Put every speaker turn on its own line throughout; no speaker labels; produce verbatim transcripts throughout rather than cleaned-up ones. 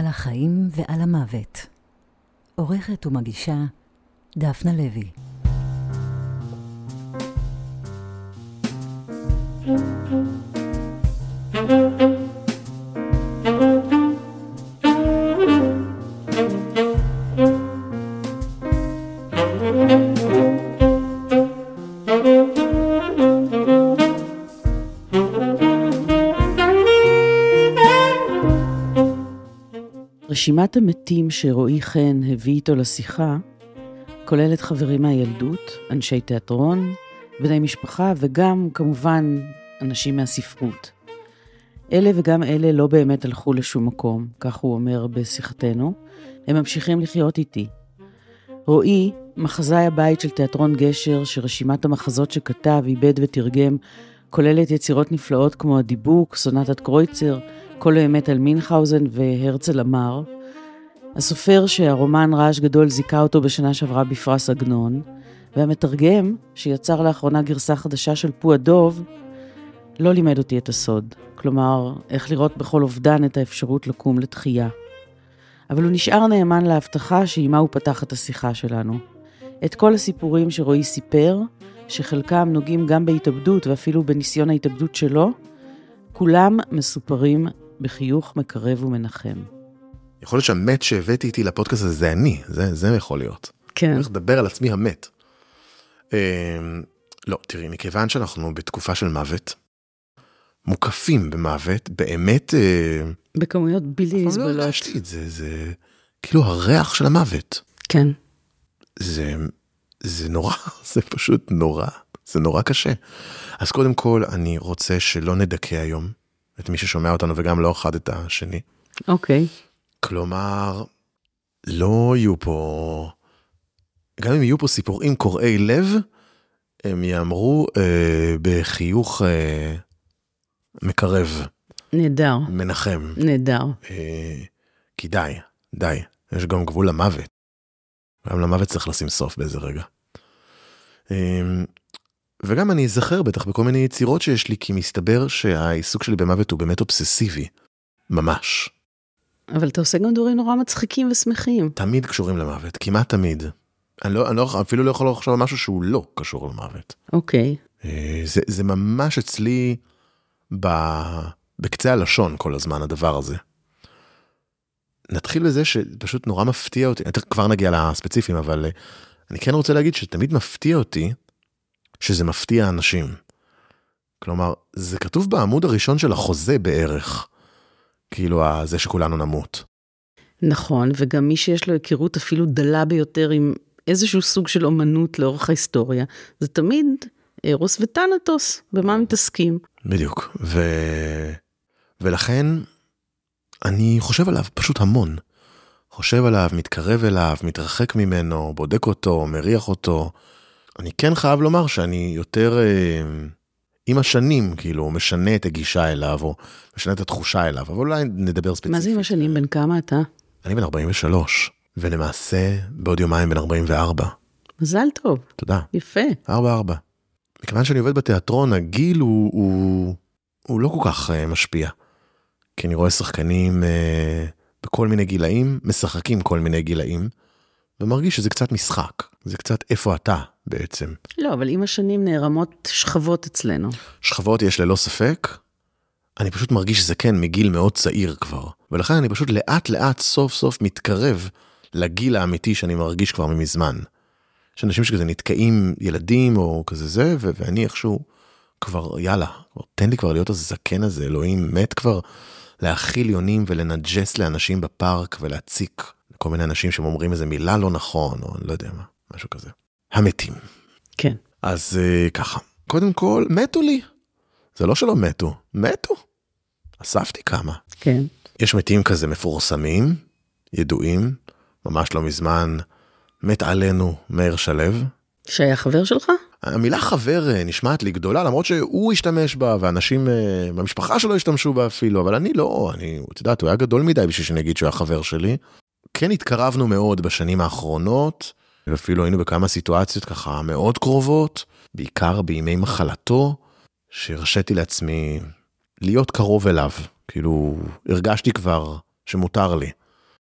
החיים ועל המוות. עורכת ומגישה דפנה לוי.
רשימת המתים שרועי חן הביא איתו לשיחה, כוללת חברים מהילדות, אנשי תיאטרון, בני משפחה וגם כמובן אנשים מהספרות. אלה וגם אלה לא באמת הלכו לשום מקום, כך הוא אומר בשיחתנו, הם ממשיכים לחיות איתי. רועי, מחזאי הבית של תיאטרון גשר, שרשימת המחזות שכתב, איבד ותרגם, כוללת יצירות נפלאות כמו הדיבוק, סונטת קרויצר, כל האמת על מינכאוזן והרצל אמר. הסופר שהרומן רעש גדול זיכה אותו בשנה שעברה בפרס עגנון, והמתרגם שיצר לאחרונה גרסה חדשה של פו הדוב, לא לימד אותי את הסוד. כלומר, איך לראות בכל אובדן את האפשרות לקום לתחייה. אבל הוא נשאר נאמן להבטחה שעימה הוא פתח את השיחה שלנו. את כל הסיפורים שרועי סיפר, שחלקם נוגעים גם בהתאבדות ואפילו בניסיון ההתאבדות שלו, כולם מסופרים בחיוך מקרב ומנחם.
יכול להיות שהמת שהבאתי איתי לפודקאסט הזה זה אני, זה, זה יכול להיות.
כן.
אני לדבר על עצמי המת. אה, לא, תראי, מכיוון שאנחנו בתקופה של מוות, מוקפים במוות, באמת... אה,
בכמויות בלתי נסבלות.
לא הרגשתי את זה, זה כאילו הריח של המוות.
כן.
זה, זה נורא, זה פשוט נורא, זה נורא קשה. אז קודם כל, אני רוצה שלא נדכא היום, את מי ששומע אותנו וגם לא אחד את השני.
אוקיי.
כלומר, לא יהיו פה, גם אם יהיו פה סיפורים קוראי לב, הם יאמרו אה, בחיוך אה, מקרב.
נהדר.
מנחם.
נהדר.
אה, כי די, די. יש גם גבול למוות. גם למוות צריך לשים סוף באיזה רגע. אה, וגם אני אזכר בטח בכל מיני יצירות שיש לי, כי מסתבר שהעיסוק שלי במוות הוא באמת אובססיבי. ממש.
אבל אתה עושה גם דברים נורא מצחיקים ושמחים.
תמיד קשורים למוות, כמעט תמיד. אני, לא, אני לא, אפילו לא יכול לחשוב על משהו שהוא לא קשור למוות.
אוקיי.
זה, זה ממש אצלי ב, בקצה הלשון כל הזמן, הדבר הזה. נתחיל בזה שפשוט נורא מפתיע אותי, כבר נגיע לספציפיים, אבל אני כן רוצה להגיד שתמיד מפתיע אותי, שזה מפתיע אנשים. כלומר, זה כתוב בעמוד הראשון של החוזה בערך, כאילו זה שכולנו נמות.
נכון, וגם מי שיש לו היכרות אפילו דלה ביותר עם איזשהו סוג של אומנות לאורך ההיסטוריה, זה תמיד ארוס וטנטוס, במה מתעסקים.
בדיוק, ו... ולכן אני חושב עליו פשוט המון. חושב עליו, מתקרב אליו, מתרחק ממנו, בודק אותו, מריח אותו. אני כן חייב לומר שאני יותר... עם השנים, כאילו, משנה את הגישה אליו, או משנה את התחושה אליו, אבל אולי נדבר ספציפית.
מה זה עם השנים? בין כמה אתה?
אני בן ארבעים ושלוש, ולמעשה, בעוד יומיים בן ארבעים וארבע.
מזל טוב.
תודה.
יפה.
ארבע ארבע. מכיוון שאני עובד בתיאטרון, הגיל הוא, הוא, הוא לא כל כך uh, משפיע. כי אני רואה שחקנים uh, בכל מיני גילאים, משחקים כל מיני גילאים, ומרגיש שזה קצת משחק. זה קצת איפה אתה בעצם.
לא, אבל עם השנים נערמות שכבות אצלנו.
שכבות יש ללא ספק. אני פשוט מרגיש שזה כן מגיל מאוד צעיר כבר. ולכן אני פשוט לאט לאט סוף סוף מתקרב לגיל האמיתי שאני מרגיש כבר ממזמן. יש אנשים שכזה נתקעים ילדים או כזה זה, ו- ואני איכשהו כבר, יאללה, תן לי כבר להיות הזקן הזה, אלוהים מת כבר להאכיל יונים ולנג'ס לאנשים בפארק ולהציק כל מיני אנשים שאומרים איזה מילה לא נכון, או אני לא יודע מה, משהו כזה. המתים.
כן.
אז uh, ככה. קודם כל, מתו לי. זה לא שלא מתו, מתו. אספתי כמה.
כן.
יש מתים כזה מפורסמים, ידועים, ממש לא מזמן, מת עלינו מאיר שלו.
שהיה חבר שלך?
המילה חבר נשמעת לי גדולה, למרות שהוא השתמש בה, ואנשים במשפחה שלו השתמשו בה אפילו, אבל אני לא, אני, את יודעת, הוא היה גדול מדי בשביל שאני אגיד שהוא היה חבר שלי. כן התקרבנו מאוד בשנים האחרונות, ואפילו היינו בכמה סיטואציות ככה מאוד קרובות, בעיקר בימי מחלתו, שהרשיתי לעצמי להיות קרוב אליו, כאילו הרגשתי כבר שמותר לי.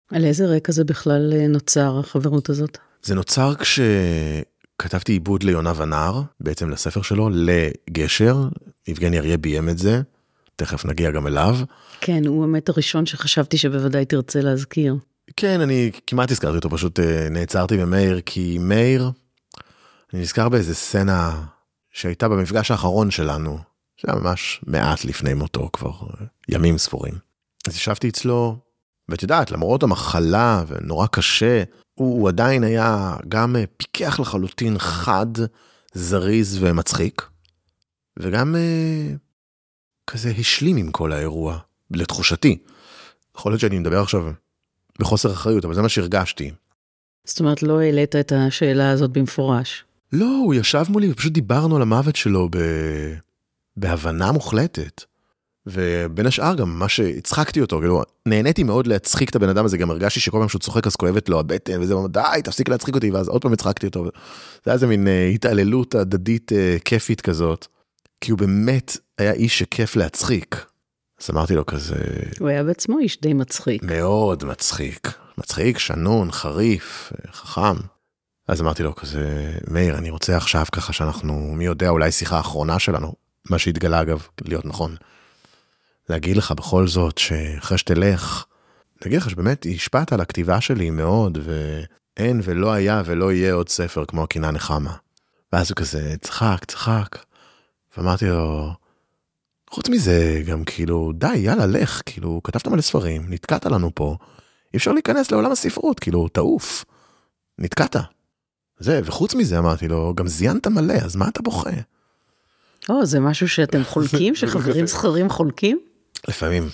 על איזה רקע זה בכלל נוצר, החברות הזאת?
זה נוצר כשכתבתי עיבוד ליונה ונער, בעצם לספר שלו, לגשר, יבגני אריה ביים את זה, תכף נגיע גם אליו.
כן, הוא באמת הראשון שחשבתי שבוודאי תרצה להזכיר.
כן, אני כמעט הזכרתי אותו, פשוט נעצרתי במאיר, כי מאיר, אני נזכר באיזה סצנה שהייתה במפגש האחרון שלנו, שהיה ממש מעט לפני מותו, כבר ימים ספורים. אז ישבתי אצלו, ואת יודעת, למרות המחלה ונורא קשה, הוא, הוא עדיין היה גם פיקח לחלוטין חד, זריז ומצחיק, וגם אה, כזה השלים עם כל האירוע, לתחושתי. יכול להיות שאני מדבר עכשיו בחוסר אחריות, אבל זה מה שהרגשתי.
זאת אומרת, לא העלית את השאלה הזאת במפורש.
לא, הוא ישב מולי, ופשוט דיברנו על המוות שלו ב... בהבנה מוחלטת. ובין השאר גם מה שהצחקתי אותו, כאילו, נהניתי מאוד להצחיק את הבן אדם הזה, גם הרגשתי שכל פעם שהוא צוחק אז כואבת לו הבטן, וזה אומר, די, תפסיק להצחיק אותי, ואז עוד פעם הצחקתי אותו. זה היה איזה מין התעללות הדדית כיפית כזאת, כי הוא באמת היה איש שכיף להצחיק. אז אמרתי לו כזה...
הוא היה בעצמו איש די מצחיק.
מאוד מצחיק. מצחיק, שנון, חריף, חכם. אז אמרתי לו כזה, מאיר, אני רוצה עכשיו ככה שאנחנו, מי יודע, אולי שיחה האחרונה שלנו, מה שהתגלה אגב, להיות נכון. להגיד לך בכל זאת שאחרי שתלך, להגיד לך שבאמת השפעת על הכתיבה שלי מאוד, ואין ולא היה ולא יהיה עוד ספר כמו הקינה נחמה. ואז הוא כזה, צחק, צחק. ואמרתי לו, חוץ מזה גם כאילו, די, יאללה, לך, כאילו, כתבת מלא ספרים, נתקעת לנו פה, אי אפשר להיכנס לעולם הספרות, כאילו, תעוף, נתקעת. זה, וחוץ מזה אמרתי לו, גם זיינת מלא, אז מה אתה בוכה?
או, זה משהו שאתם חולקים, שחברים זכרים חולקים?
לפעמים.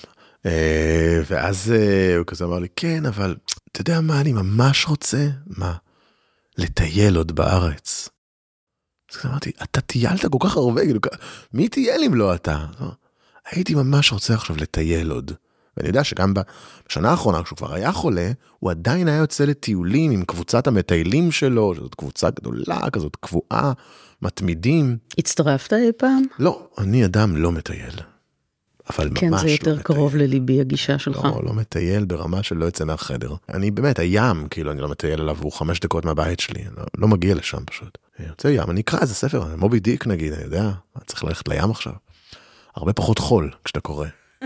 ואז הוא כזה אמר לי, כן, אבל אתה יודע מה, אני ממש רוצה, מה? לטייל עוד בארץ. אז אמרתי, אתה טיילת כל כך הרבה, מי טייל אם לא אתה? הייתי ממש רוצה עכשיו לטייל עוד. ואני יודע שגם בשנה האחרונה, כשהוא כבר היה חולה, הוא עדיין היה יוצא לטיולים עם קבוצת המטיילים שלו, שזאת קבוצה גדולה, כזאת קבועה, מתמידים.
הצטרפת אי פעם?
לא, אני אדם לא מטייל. אבל
כן,
ממש
זה יותר
לא
קרוב
מטייל.
לליבי הגישה שלך.
לא, לא מטייל ברמה של לא יצא מהחדר. אני באמת, הים, כאילו, אני לא מטייל עליו, הוא חמש דקות מהבית שלי, לא, לא מגיע לשם פשוט. אני יוצא ים, אני אקרא איזה ספר, מובי דיק נגיד, אני יודע, צריך ללכת לים עכשיו. הרבה פחות חול כשאתה קורא.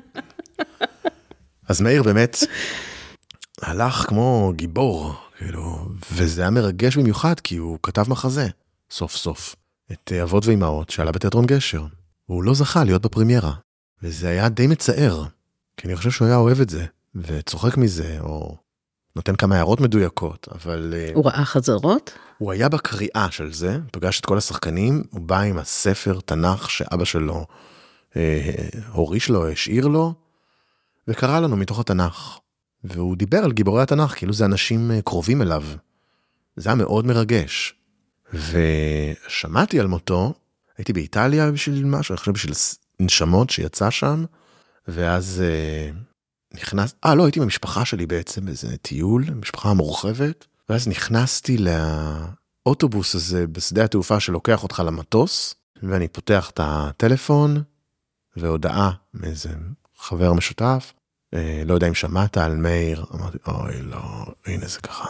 אז מאיר באמת הלך כמו גיבור, כאילו, וזה היה מרגש במיוחד, כי הוא כתב מחזה, סוף סוף, את אבות ואימהות שעלה בתיאטרון גשר, והוא לא זכה להיות בפרמיירה, וזה היה די מצער, כי אני חושב שהוא היה אוהב את זה, וצוחק מזה, או נותן כמה הערות מדויקות, אבל...
הוא ראה חזרות?
הוא היה בקריאה של זה, פגש את כל השחקנים, הוא בא עם הספר תנ"ך שאבא שלו אה, הוריש לו, השאיר לו, וקרא לנו מתוך התנ"ך, והוא דיבר על גיבורי התנ"ך, כאילו זה אנשים קרובים אליו. זה היה מאוד מרגש. ושמעתי על מותו, הייתי באיטליה בשביל משהו, אני חושב בשביל נשמות שיצא שם, ואז אה, נכנס, אה לא, הייתי במשפחה שלי בעצם, באיזה טיול, משפחה מורחבת, ואז נכנסתי לאוטובוס הזה, בשדה התעופה שלוקח אותך למטוס, ואני פותח את הטלפון, והודעה מאיזה חבר משותף, אה, לא יודע אם שמעת על מאיר, אמרתי, אוי לא, הנה זה ככה.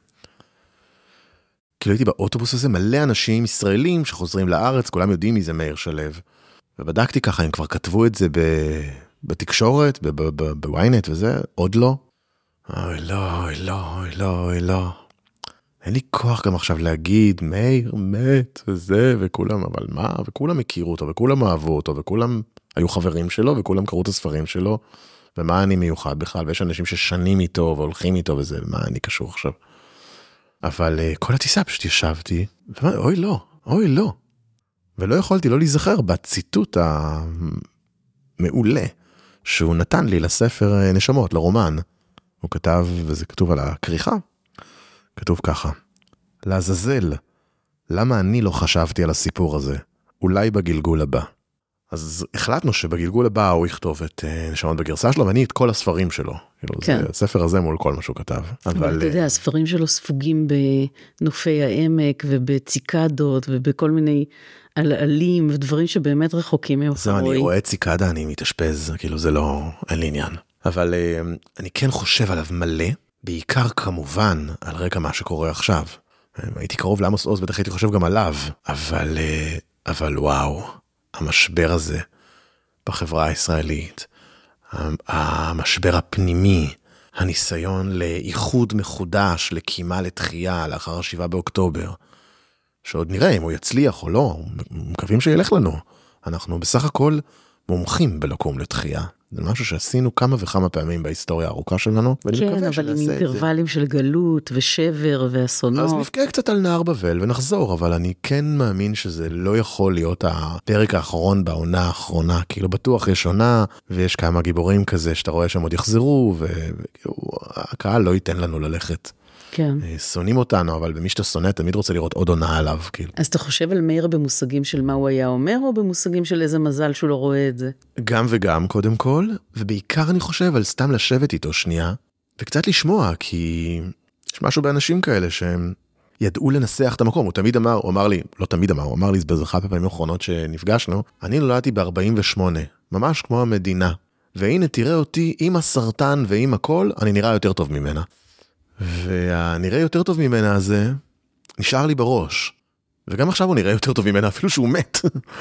כאילו הייתי באוטובוס הזה, מלא אנשים ישראלים שחוזרים לארץ, כולם יודעים מי זה מאיר שלו, ובדקתי ככה, הם כבר כתבו את זה בתקשורת, בוויינט וזה, עוד לא. אוי לא, אוי לא, אוי לא, אוי לא. אין לי כוח גם עכשיו להגיד, מאיר מת וזה, וכולם, אבל מה? וכולם הכירו אותו, וכולם אהבו אותו, וכולם היו חברים שלו, וכולם קראו את הספרים שלו, ומה אני מיוחד בכלל, ויש אנשים ששנים איתו, והולכים איתו וזה, ומה אני קשור עכשיו. אבל כל הטיסה פשוט ישבתי, ואמרתי, אוי לא, אוי לא. ולא יכולתי לא להיזכר בציטוט המעולה, שהוא נתן לי לספר נשמות, לרומן. הוא כתב, וזה כתוב על הכריכה, כתוב ככה, לעזאזל, למה אני לא חשבתי על הסיפור הזה? אולי בגלגול הבא. אז החלטנו שבגלגול הבא הוא יכתוב את נשמות בגרסה שלו, ואני את כל הספרים שלו. כן. זה, הספר הזה מול כל מה שהוא כתב.
אבל, אבל אתה יודע, הספרים שלו ספוגים בנופי העמק, ובציקדות, ובכל מיני עלעלים, ודברים שבאמת רחוקים ממך.
זהו, אני רואה ציקדה, אני מתאשפז, כאילו זה לא, אין לי עניין. אבל אני כן חושב עליו מלא, בעיקר כמובן על רקע מה שקורה עכשיו. הייתי קרוב לעמוס עוז, בטח הייתי חושב גם עליו, אבל, אבל וואו, המשבר הזה בחברה הישראלית, המשבר הפנימי, הניסיון לאיחוד מחודש, לקימה לתחייה לאחר השבעה באוקטובר, שעוד נראה אם הוא יצליח או לא, מקווים שילך לנו. אנחנו בסך הכל מומחים בלקום לתחייה. זה משהו שעשינו כמה וכמה פעמים בהיסטוריה הארוכה שלנו.
כן, אבל עם אינטרוולים של גלות ושבר ואסונות.
אז נפקע קצת על נהר בבל ונחזור, אבל אני כן מאמין שזה לא יכול להיות הפרק האחרון בעונה האחרונה, כאילו בטוח יש עונה, ויש כמה גיבורים כזה שאתה רואה שהם עוד יחזרו, והקהל לא ייתן לנו ללכת.
כן.
שונאים אותנו, אבל במי שאתה שונא תמיד רוצה לראות עוד עונה עליו, כאילו.
אז אתה חושב על מאיר במושגים של מה הוא היה אומר, או במושגים של איזה מזל שהוא לא רואה את זה?
גם וגם, קודם כל, ובעיקר אני חושב על סתם לשבת איתו שנייה, וקצת לשמוע, כי יש משהו באנשים כאלה שהם ידעו לנסח את המקום. הוא תמיד אמר, הוא אמר לי, לא תמיד אמר, הוא אמר לי, זה באחת הפעמים האחרונות שנפגשנו, אני נולדתי ב-ארבעים ושמונה, ממש כמו המדינה. והנה, תראה אותי עם הסרטן ועם הכל, אני נראה יותר טוב ממנה. והנראה יותר טוב ממנה הזה נשאר לי בראש. וגם עכשיו הוא נראה יותר טוב ממנה, אפילו שהוא מת.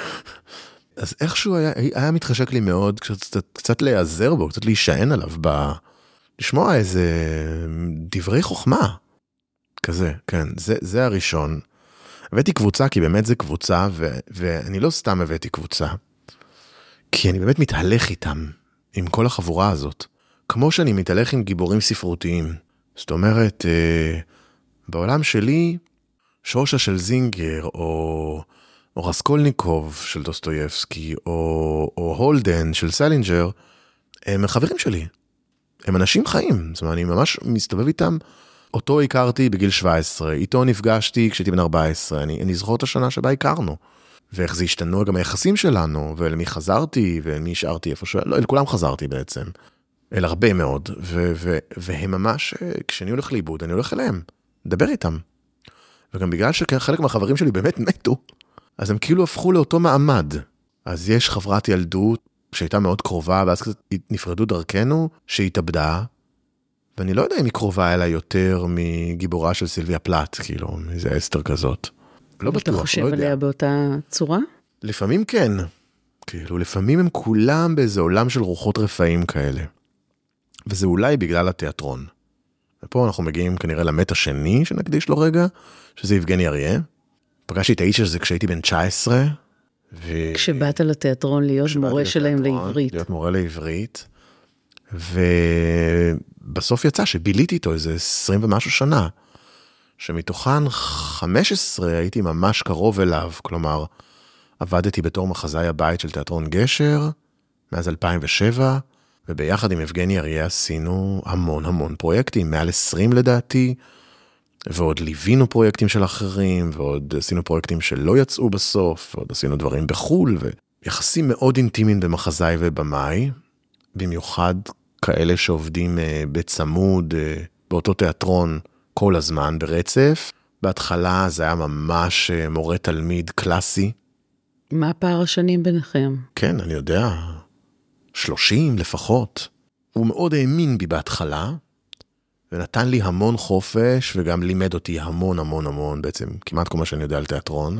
אז איכשהו היה, היה מתחשק לי מאוד, קצת, קצת להיעזר בו, קצת להישען עליו, ב... לשמוע איזה דברי חוכמה. כזה, כן, זה, זה הראשון. הבאתי קבוצה, כי באמת זה קבוצה, ו... ואני לא סתם הבאתי קבוצה, כי אני באמת מתהלך איתם, עם כל החבורה הזאת. כמו שאני מתהלך עם גיבורים ספרותיים. זאת אומרת, בעולם שלי, שושה של זינגר, או, או רסקולניקוב של דוסטויבסקי, או, או הולדן של סלינג'ר, הם חברים שלי. הם אנשים חיים. זאת אומרת, אני ממש מסתובב איתם. אותו הכרתי בגיל שבע עשרה, איתו נפגשתי כשהייתי בן ארבע עשרה, אני, אני זוכר את השנה שבה הכרנו. ואיך זה השתנו גם היחסים שלנו, ולמי חזרתי, ולמי השארתי איפה ש... לא, אל כולם חזרתי בעצם. אל הרבה מאוד, ו- ו- והם ממש, כשאני הולך לאיבוד, אני הולך אליהם, לדבר איתם. וגם בגלל שחלק מהחברים שלי באמת מתו, אז הם כאילו הפכו לאותו מעמד. אז יש חברת ילדות שהייתה מאוד קרובה, ואז קצת נפרדו דרכנו, שהתאבדה, ואני לא יודע אם היא קרובה אליה יותר מגיבורה של סילביה פלט, כאילו, איזה אסתר כזאת. לא בטוח, לא יודע.
אתה חושב עליה באותה צורה?
לפעמים כן. כאילו, לפעמים הם כולם באיזה עולם של רוחות רפאים כאלה. וזה אולי בגלל התיאטרון. ופה אנחנו מגיעים כנראה למת השני שנקדיש לו רגע, שזה יבגני אריה. פגשתי את האיש הזה כשהייתי בן תשע עשרה. ו...
כשבאת לתיאטרון להיות מורה שלהם לעברית.
להיות מורה לעברית. ובסוף יצא שביליתי איתו איזה עשרים ומשהו שנה. שמתוכן חמש עשרה הייתי ממש קרוב אליו. כלומר, עבדתי בתור מחזאי הבית של תיאטרון גשר, מאז אלפיים ושבע, וביחד עם יבגני אריה עשינו המון המון פרויקטים, מעל עשרים לדעתי, ועוד ליווינו פרויקטים של אחרים, ועוד עשינו פרויקטים שלא יצאו בסוף, ועוד עשינו דברים בחול, ויחסים מאוד אינטימיים במחזאי ובמאי, במיוחד כאלה שעובדים בצמוד, באותו תיאטרון כל הזמן ברצף. בהתחלה זה היה ממש מורה תלמיד קלאסי.
מה פער השנים ביניכם?
כן, אני יודע. שלושים לפחות. הוא מאוד האמין בי בהתחלה, ונתן לי המון חופש, וגם לימד אותי המון המון המון, בעצם כמעט כל מה שאני יודע על תיאטרון.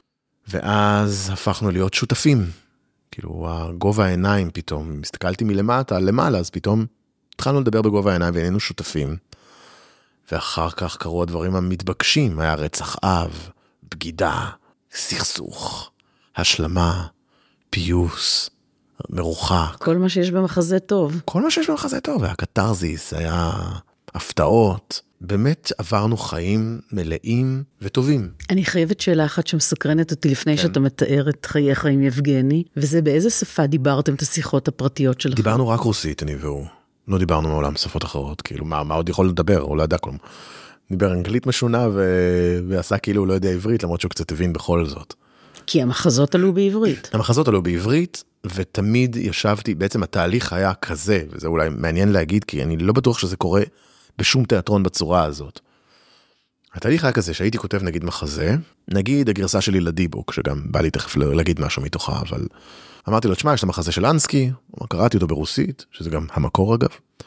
ואז הפכנו להיות שותפים. כאילו, גובה העיניים פתאום, הסתכלתי מלמטה, למעלה, אז פתאום התחלנו לדבר בגובה העיניים, והיינו שותפים. ואחר כך קרו הדברים המתבקשים, היה רצח אב, בגידה, סכסוך, השלמה, פיוס, מרוחה.
כל מה שיש במחזה טוב.
כל מה שיש במחזה טוב, היה קטרזיס, היה הפתעות. באמת עברנו חיים מלאים וטובים.
אני חייבת שאלה אחת שמסקרנת אותי לפני כן. שאתה מתאר את חייך עם יבגני, וזה באיזה שפה דיברתם את השיחות הפרטיות שלכם?
דיברנו רק רוסית, אני והוא. לא דיברנו מעולם שפות אחרות, כאילו מה, מה עוד יכול לדבר, הוא לא ידע כלום. דיבר אנגלית משונה ו... ועשה כאילו הוא לא יודע עברית, למרות שהוא קצת הבין בכל זאת.
כי המחזות עלו בעברית.
המחזות עלו בעברית, ותמיד ישבתי, בעצם התהליך היה כזה, וזה אולי מעניין להגיד, כי אני לא בטוח שזה קורה בשום תיאטרון בצורה הזאת. התהליך היה כזה, שהייתי כותב נגיד מחזה, נגיד הגרסה שלי לדיבוק, שגם בא לי תכף להגיד משהו מתוכה, אבל אמרתי לו, תשמע, יש את המחזה של אנסקי, קראתי אותו ברוסית, שזה גם המקור אגב,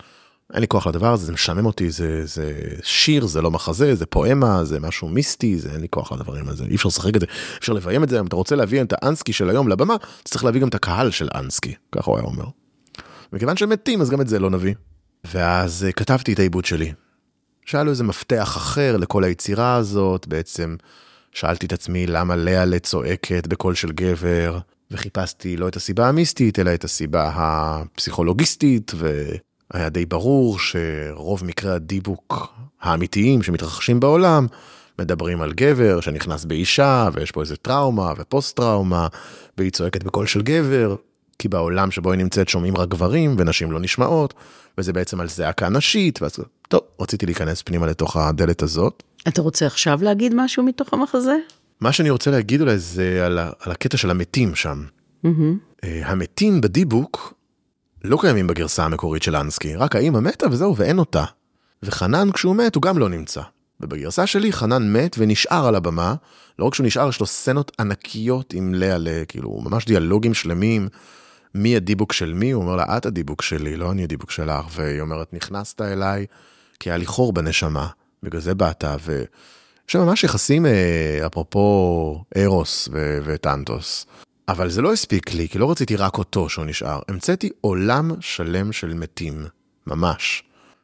אין לי כוח לדבר הזה, זה משעמם אותי, זה, זה שיר, זה לא מחזה, זה פואמה, זה משהו מיסטי, זה אין לי כוח לדברים הזה, אי אפשר לשחק את זה, אי אפשר לביים את זה, אם אתה רוצה להביא את האנסקי של היום לבמה, צריך להביא גם את הקהל של אנסקי, ככה הוא היה אומר. וכיוון שהם מתים, אז גם את זה לא נביא. ואז כתבתי את העיבוד שלי. שהיה לו איזה מפתח אחר לכל היצירה הזאת, בעצם שאלתי את עצמי למה לאה צועקת בקול של גבר, וחיפשתי לא את הסיבה המיסטית, אלא את הסיבה הפסיכולוגיסטית, והיה די ברור שרוב מקרי הדיבוק האמיתיים שמתרחשים בעולם, מדברים על גבר שנכנס באישה, ויש פה איזה טראומה ופוסט טראומה, והיא צועקת בקול של גבר, כי בעולם שבו היא נמצאת שומעים רק גברים, ונשים לא נשמעות, וזה בעצם על זעקה נשית, ואז טוב, רציתי להיכנס פנימה לתוך הדלת הזאת.
אתה רוצה עכשיו להגיד משהו מתוך המחזה?
מה שאני רוצה להגיד אולי זה על, ה, על הקטע של המתים שם. Mm-hmm. המתים בדיבוק לא קיימים בגרסה המקורית של אנסקי, רק האמא מתה וזהו ואין אותה. וחנן כשהוא מת הוא גם לא נמצא. ובגרסה שלי חנן מת ונשאר על הבמה, לא רק שהוא נשאר, יש לו סצנות ענקיות עם לאה, כאילו ממש דיאלוגים שלמים, מי הדיבוק של מי, הוא אומר לה, את הדיבוק שלי, לא אני הדיבוק שלך, והיא אומרת, נכנסת אליי, כי היה לי חור בנשמה, בגלל זה באת, ו... שממש יחסים, אפרופו אירוס ו- וטנטוס, אבל זה לא הספיק לי, כי לא רציתי רק אותו שהוא נשאר, המצאתי עולם שלם של מתים, ממש.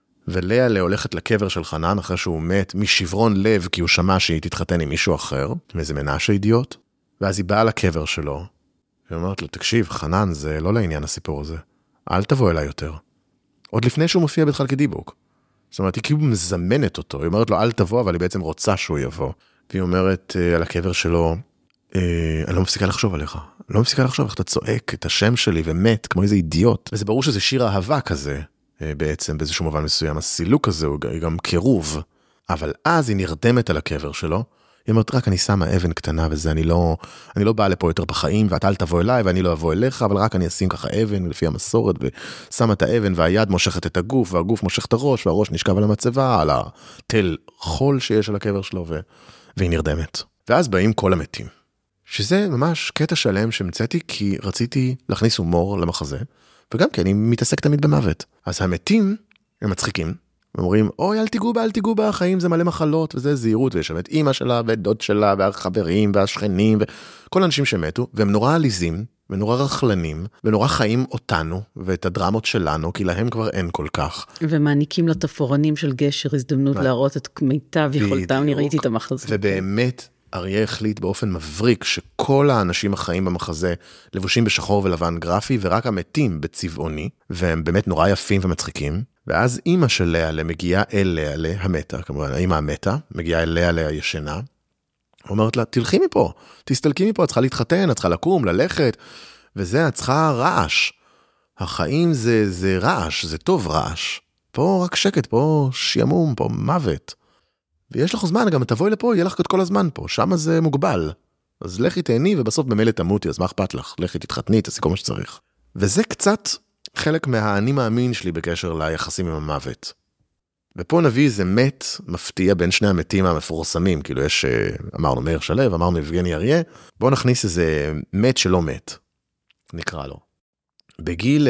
ולאה הולכת לקבר של חנן אחרי שהוא מת משברון לב, כי הוא שמע שהיא תתחתן עם מישהו אחר, מאיזה מנשה אידיוט, ואז היא באה לקבר שלו, והיא אומרת לו, תקשיב, חנן, זה לא לעניין הסיפור הזה, אל תבוא אליי יותר. עוד לפני שהוא מופיע בתחל כדיבוק. זאת אומרת, היא כאילו מזמנת אותו, היא אומרת לו, אל תבוא, אבל היא בעצם רוצה שהוא יבוא. והיא אומרת uh, על הקבר שלו, uh, אני לא מפסיקה לחשוב עליך, אני לא מפסיקה לחשוב איך אתה צועק את השם שלי ומת, כמו איזה אידיוט. וזה ברור שזה שיר אהבה כזה, uh, בעצם באיזשהו מובן מסוים, הסילוק הזה הוא גם קירוב, אבל אז היא נרדמת על הקבר שלו, היא אומרת, רק אני שמה אבן קטנה וזה, אני לא, אני לא באה לפה יותר בחיים, ואתה אל תבוא אליי, ואני לא אבוא אליך, אבל רק אני אשים ככה אבן, לפי המסורת, ושמה את האבן, והיד מושכת את הגוף, והגוף מושך את הראש, והראש נשכב על המצבה, על התל חול שיש על הקבר שלו, ו... והיא נרדמת. ואז באים כל המתים. שזה ממש קטע שלם שמצאתי, כי רציתי להכניס הומור למחזה, וגם כי אני מתעסק תמיד במוות. אז המתים הם מצחיקים, אומרים, אוי, אל תיגעו בה, אל תיגעו בה, החיים זה מלא מחלות, וזה זהירות, ויש שם את אמא שלה, ואת דוד שלה, והחברים, והשכנים, וכל האנשים שמתו, והם נורא עליזים, ונורא רחלנים, ונורא חיים אותנו, ואת הדרמות שלנו, כי להם כבר אין כל כך.
ומעניקים לתפורנים של גשר הזדמנות להראות את מיטב יכולתם, אני ראיתי את המחזה.
ובאמת, אריה החליט באופן מבריק, שכל האנשים החיים במחזה, לבושים בשחור ולבן גרפי, ורק המתים בצבעוני, והם באמת נורא יפים ומצחיקים. ואז אמא של לאה מגיעה אל לאה, המתה, כמובן, האמא המתה, מגיעה אל לאה הישנה, אומרת לה, תלכי מפה, תסתלקי מפה, את צריכה להתחתן, את צריכה לקום, ללכת, וזה, את צריכה רעש. החיים זה, זה רעש, זה טוב רעש. פה רק שקט, פה שימום, פה מוות. ויש לך זמן, גם תבואי לפה, יהיה לך את כל הזמן פה, שם זה מוגבל. אז לכי תהני, ובסוף במילא תמותי, אז מה אכפת לך? לכי תתחתני, תעשי כל מה שצריך. וזה קצת חלק מהאני מאמין שלי בקשר ליחסים עם המוות. ופה נביא איזה מת מפתיע בין שני המתים המפורסמים, כאילו יש, אמרנו מאיר שלו, אמרנו יבגני אריה, בואו נכניס איזה מת שלא מת, נקרא לו. בגיל,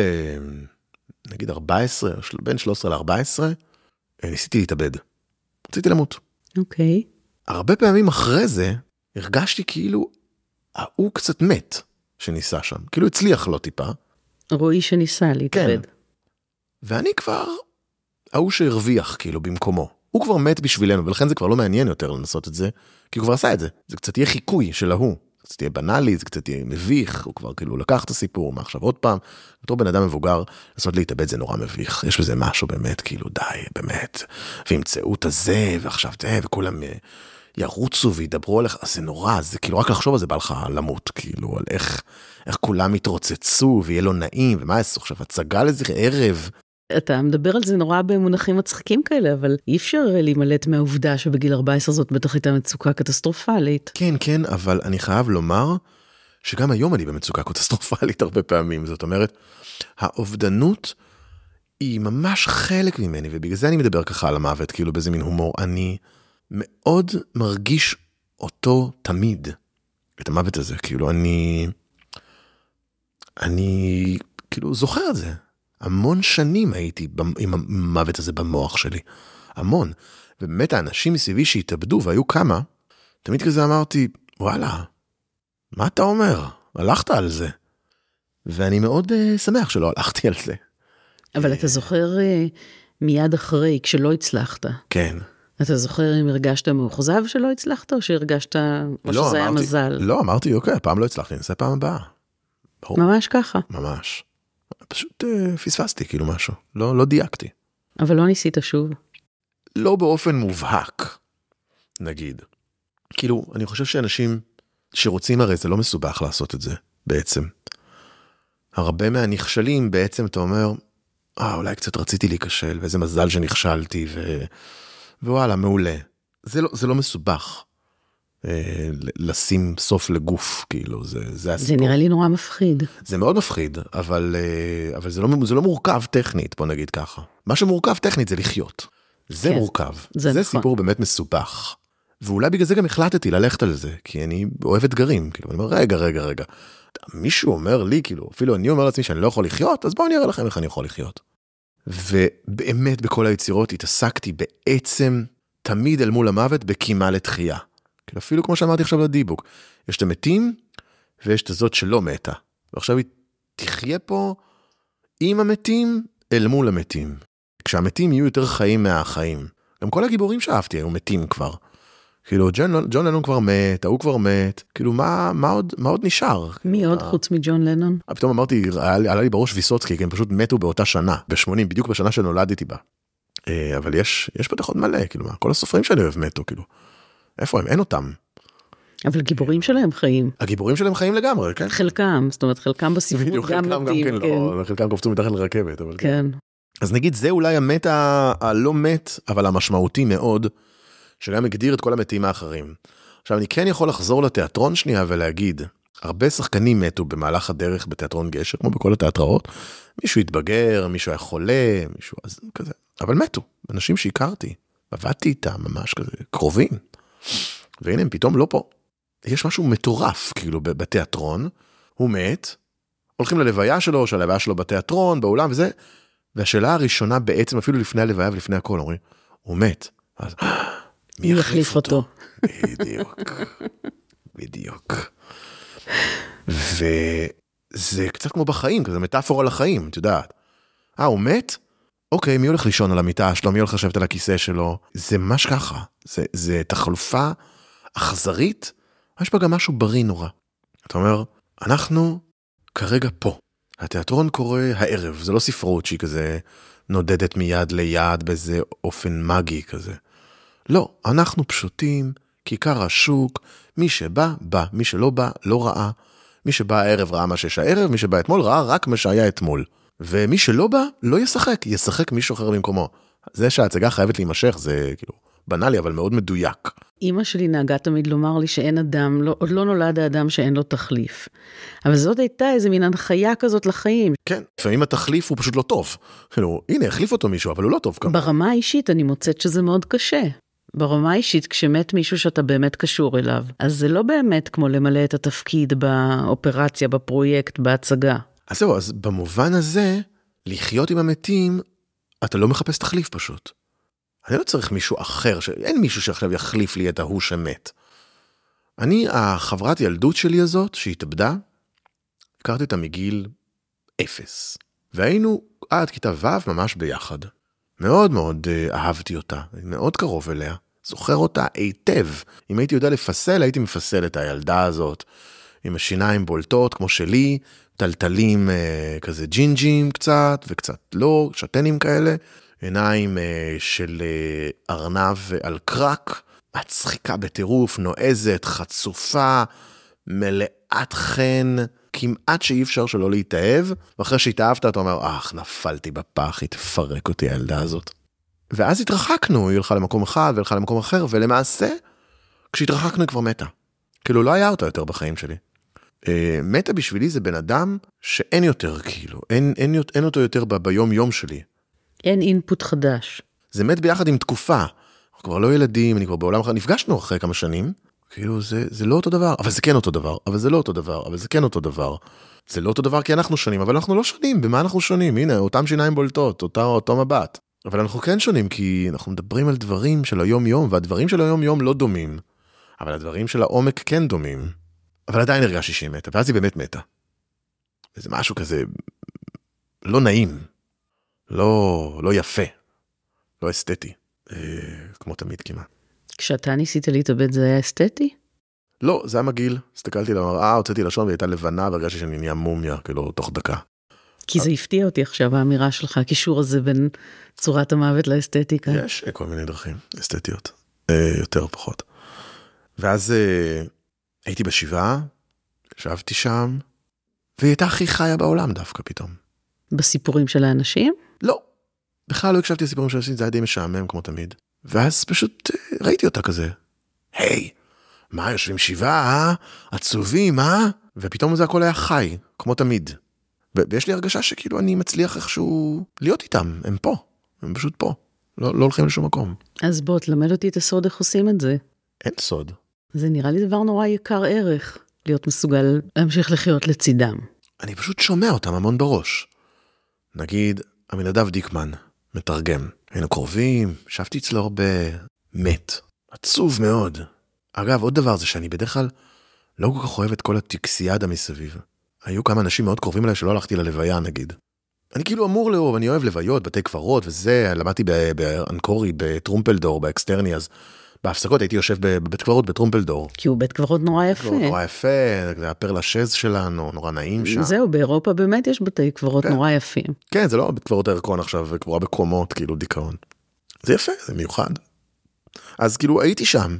נגיד ארבע עשרה, בין שלוש עשרה ל-ארבע עשרה, ניסיתי להתאבד. רציתי למות.
אוקיי. הרבה
פעמים אחרי זה, הרגשתי כאילו, הוא קצת מת שניסה שם, כאילו הצליח לו טיפה.
רואי שניסה להתאבד.
כן. ואני כבר, ההוא שהרוויח כאילו במקומו. הוא כבר מת בשבילנו, ולכן זה כבר לא מעניין יותר לנסות את זה, כי הוא כבר עשה את זה. זה קצת יהיה חיקוי של ההוא. זה קצת יהיה בנאלי, זה קצת יהיה מביך, הוא כבר כאילו לקח את הסיפור, מה עכשיו עוד פעם? אותו בן אדם מבוגר, לעשות להתאבד זה נורא מביך. יש בזה משהו באמת, כאילו די, באמת. וימצאו את הזה, ועכשיו זה, וכולם ירוצו וידברו עליך, אז זה נורא, זה כאילו רק לחשוב על זה בא לך למות, כאילו, על איך, איך כולם יתרוצצו, ויהיה לו נעים, ומה יעשו עכשיו, הצגה לזה ערב.
אתה מדבר על זה נורא במונחים מצחיקים כאלה, אבל אי אפשר להימלט מהעובדה שבגיל ארבע עשרה זאת בטח הייתה מצוקה קטסטרופלית.
כן, כן, אבל אני חייב לומר שגם היום אני במצוקה קטסטרופלית הרבה פעמים. זאת אומרת, האובדנות היא ממש חלק ממני, ובגלל זה אני מדבר ככה על המוות, כאילו באיזה מין הומור. אני מאוד מרגיש אותו תמיד, את המוות הזה, כאילו אני, אני כאילו זוכר את זה. המון שנים הייתי עם המוות הזה במוח שלי. המון. ובאמת האנשים מסביבי שהתאבדו והיו כמה, תמיד כזה אמרתי, וואלה, מה אתה אומר? הלכת על זה. ואני מאוד uh, שמח שלא הלכתי על זה.
אבל אתה זוכר uh, מיד אחרי, כשלא הצלחת.
כן.
אתה זוכר אם הרגשת מאוכזב שלא הצלחת, או שהרגשת, או
לא,
שזה היה
אמרתי,
מזל?
לא, אמרתי, אוקיי, הפעם לא הצלחתי, נעשה פעם הבאה. ברור.
ממש ככה.
ממש. פשוט uh, פספסתי כאילו משהו. לא, לא דייקתי.
אבל לא ניסית שוב.
לא באופן מובהק, נגיד. כאילו, אני חושב שאנשים שרוצים הרי זה לא מסובך לעשות את זה, בעצם. הרבה מהנכשלים בעצם אתה אומר, אה, אולי קצת רציתי להיכשל, ואיזה מזל שנכשלתי, ו... ווואלה, מעולה. זה לא, זה לא מסובך. אה, לשים סוף לגוף, כאילו, זה, זה הסיפור.
זה נראה לי נורא מפחיד.
זה מאוד מפחיד, אבל, אה, אבל זה לא, זה לא מורכב טכנית, בוא נגיד ככה. מה שמורכב טכנית זה לחיות. זה כן, מורכב. זה, זה נכון. סיפור באמת מסובך. ואולי בגלל זה גם החלטתי ללכת על זה, כי אני אוהב אתגרים. כאילו, אני אומר, רגע, רגע, רגע. מישהו אומר לי, כאילו, אפילו אני אומר לעצמי שאני לא יכול לחיות, אז בואו אני אראה לכם איך אני יכול לחיות. ובאמת בכל היצירות התעסקתי בעצם תמיד אל מול המוות בקימה לתחייה. כאילו, אפילו כמו שאמרתי עכשיו לדיבוק, יש את המתים ויש את הזאת שלא מתה. ועכשיו היא תחיה פה עם המתים אל מול המתים. כשהמתים יהיו יותר חיים מהחיים. גם כל הגיבורים שאהבתי היו מתים כבר. כאילו, ג'ון, ג'ון לנון כבר מת, הוא כבר מת, כאילו, מה, מה עוד, מה עוד נשאר?
מי עוד חוץ מג'ון לנון?
פתאום אמרתי, עלה לי בראש ויסוצקי, כי הם פשוט מתו באותה שנה, ב-שמונים, בדיוק בשנה שנולדתי בה. אבל יש, יש בטח עוד מלא, כאילו, כל הסופרים שאני אוהב מתו, כאילו. איפה הם? אין אותם.
אבל גיבורים שלהם חיים.
הגיבורים שלהם חיים לגמרי, כן?
חלקם, זאת אומרת, חלקם בספרות גם מתים, כן.
לא, חלקם קופצו מתחת לרכבת, אבל
כן.
אז נגיד, זה אולי המת הלא מת, אבל המשמעותי מאוד, שגם הגדיר את כל המתים האחרים. עכשיו, אני כן יכול לחזור לתיאטרון שנייה ולהגיד, הרבה שחקנים מתו במהלך הדרך בתיאטרון גשר, כמו בכל התיאטראות, מישהו התבגר, מישהו היה חולה, מישהו אז כזה, אבל מתו, אנשים שהכרתי, עבדתי איתם ממש כזה, קרובים, והנה הם פתאום לא פה. יש משהו מטורף, כאילו, בתיאטרון, הוא מת, הולכים ללוויה שלו, שהלוויה שלו בתיאטרון, באולם וזה, והשאלה הראשונה בעצם, אפילו לפני הלוויה ולפני הכל, אומרים, הוא מת, אז
מי יחליף אותו?
בדיוק, בדיוק. וזה קצת כמו בחיים, כזה מטאפורה לחיים, את יודעת. אה, הוא מת? אוקיי, מי הולך לישון על המיטה שלו? מי הולך לשבת על הכיסא שלו? זה ממש ככה. זה, זה תחלופה אכזרית, יש בה גם משהו בריא נורא. אתה אומר, אנחנו כרגע פה. התיאטרון קורה הערב, זה לא ספרות שהיא כזה נודדת מיד ליד באיזה אופן מגי כזה. לא, אנחנו פשוטים, כיכר השוק, מי שבא, בא, מי שלא בא, לא ראה. מי שבא הערב ראה מה שיש הערב, מי שבא אתמול ראה רק מה שהיה אתמול. ומי שלא בא, לא ישחק, ישחק מישהו אחר במקומו. זה שההצגה חייבת להימשך, זה כאילו בנאלי, אבל מאוד מדויק.
אמא שלי נהגה תמיד לומר לי שאין אדם, לא, עוד לא נולד האדם שאין לו תחליף. אבל זאת הייתה איזה מין הנחיה כזאת לחיים.
כן, לפעמים התחליף הוא פשוט לא טוב. כאילו, הנה, החליף אותו מישהו, אבל הוא לא טוב כמה.
ברמה האישית אני מוצאת שזה מאוד קשה. ברמה האישית, כשמת מישהו שאתה באמת קשור אליו, אז זה לא באמת כמו למלא את התפקיד באופרציה, בפרויקט, בהצגה.
אז זהו, אז במובן הזה, לחיות עם המתים, אתה לא מחפש תחליף פשוט. אני לא צריך מישהו אחר, ש... אין מישהו שעכשיו יחליף לי את ההוא שמת. אני, החברת ילדות שלי הזאת, שהתאבדה, הכרתי אותה מגיל אפס. והיינו עד כיתה ו' ממש ביחד. מאוד מאוד uh, אהבתי אותה, מאוד קרוב אליה. זוכר אותה היטב. אם הייתי יודע לפסל, הייתי מפסל את הילדה הזאת, עם השיניים בולטות כמו שלי, טלטלים uh, כזה ג'ינג'ים קצת, וקצת לא, שטנים כאלה, עיניים uh, של uh, ארנב על קרק, מצחיקה בטירוף, נועזת, חצופה, מלאת חן, כמעט שאי אפשר שלא להתאהב, ואחרי שהתאהבת אתה אומר, אך, נפלתי בפח, היא תפרק אותי הילדה הזאת. ואז התרחקנו, היא הלכה למקום אחד והלכה למקום אחר, ולמעשה, כשהתרחקנו היא כבר מתה. כאילו לא היה אותה יותר בחיים שלי. מתה בשבילי זה בן אדם שאין יותר, כאילו, אין, אין, אין אותו יותר ב, ביום יום שלי.
אין אינפוט חדש.
זה מת ביחד עם תקופה. אנחנו כבר לא ילדים, אני כבר בעולם אחר, נפגשנו אחרי כמה שנים, כאילו זה, זה לא אותו דבר, אבל זה כן אותו דבר, אבל זה לא אותו דבר, אבל זה כן אותו דבר. זה לא אותו דבר כי אנחנו שונים, אבל אנחנו לא שונים. במה אנחנו שונים? הנה, אותם שיניים בולטות, אותה, אותו מבט. אבל אנחנו כן שונים, כי אנחנו מדברים על דברים של היום-יום, והדברים של היום-יום לא דומים. אבל הדברים של העומק כן דומים. אבל עדיין הרגשתי שהיא מתה, ואז היא באמת מתה. וזה משהו כזה לא נעים, לא, לא יפה, לא אסתטי, אה, כמו תמיד כמעט.
כשאתה ניסית להתאבד זה היה אסתטי?
לא, זה היה מגעיל. הסתכלתי למראה, הוצאתי לשון והיא הייתה לבנה, והרגשתי שאני נהיה מומיה, כאילו, תוך דקה.
כי זה הפתיע אותי עכשיו, האמירה שלך, הקישור הזה בין צורת המוות לאסתטיקה.
יש כל מיני דרכים אסתטיות, אה, יותר או פחות. ואז אה, הייתי בשבעה, ישבתי שם, והיא הייתה הכי חיה בעולם דווקא פתאום.
בסיפורים של האנשים?
לא, בכלל לא הקשבתי לסיפורים של האנשים, זה היה די משעמם כמו תמיד. ואז פשוט אה, ראיתי אותה כזה. היי, מה, יושבים שבעה, אה? עצובים, אה? ופתאום זה הכל היה חי, כמו תמיד. ויש לי הרגשה שכאילו אני מצליח איכשהו להיות איתם, הם פה, הם פשוט פה, לא, לא הולכים לשום מקום.
אז בוא, תלמד אותי את הסוד איך עושים את זה.
אין סוד.
זה נראה לי דבר נורא יקר ערך, להיות מסוגל להמשיך לחיות לצידם.
אני פשוט שומע אותם המון בראש. נגיד, עמינדב דיקמן, מתרגם. היינו קרובים, שבתי אצלו הרבה, מת. עצוב מאוד. אגב, עוד דבר זה שאני בדרך כלל לא כל כך אוהב את כל הטקסיאדה מסביב. היו כמה אנשים מאוד קרובים אליי שלא הלכתי ללוויה, נגיד. אני כאילו אמור לאהוב, אני אוהב לוויות, בתי קברות וזה, למדתי באנקורי, בטרומפלדור, באקסטרני, אז בהפסקות הייתי יושב בבית קברות בטרומפלדור.
כי הוא בית קברות נורא יפה.
נורא יפה, זה הפרלשז שלנו, נורא נעים שם.
זהו, באירופה באמת יש בתי קברות נורא יפים.
כן, זה לא בית קברות הירקון עכשיו, זה קבורה בקומות, כאילו דיכאון. זה יפה, זה מיוחד. אז כאילו הייתי שם,